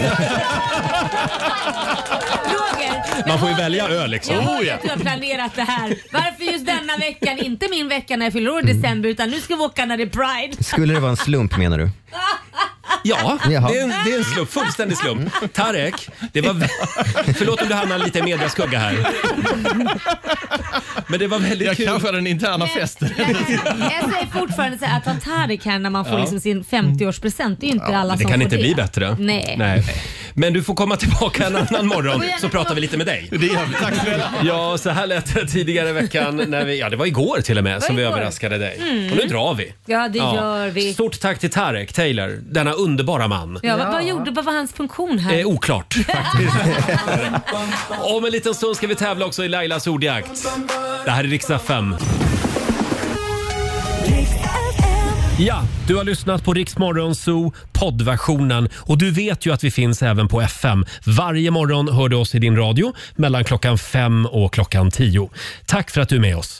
Roger, Man får ju välja öl liksom. jag vet att du har planerat det här. Varför just denna veckan? Inte min vecka när jag fyller år i december, utan nu ska vi åka när det är Pride. Skulle det vara en slump menar du? Ja, det Jaha. är en slump, fullständig slump. Tarek, det var förlåt om du hamnar lite i mediaskugga här. Men det var väldigt kul. Kanske den interna festen. Jag säger fortfarande så här, att ha Tarek här när man får liksom sin 50-årspresent, det är ju inte alla Det som kan får inte det. bli bättre. Nej. Men du får komma tillbaka en annan morgon så pratar vi lite med dig. Det gör vi. Tack snälla. Ja, så här lät det tidigare i veckan när det var igår till och med som vi igår. överraskade dig. Mm. Och nu drar vi. Ja, det gör vi. Stort tack till Tarek Taylor, denna underbara man. Ja, vad var hans funktion här? Oklart faktiskt. Om en liten stund ska vi tävla också i Lailas ordjakt. Det här är Riksdag 5. Ja, du har lyssnat på Rix Morgon Zoo poddversionen och du vet ju att vi finns även på FM. Varje morgon hör du oss i din radio mellan klockan 5 och klockan 10. Tack för att du är med oss.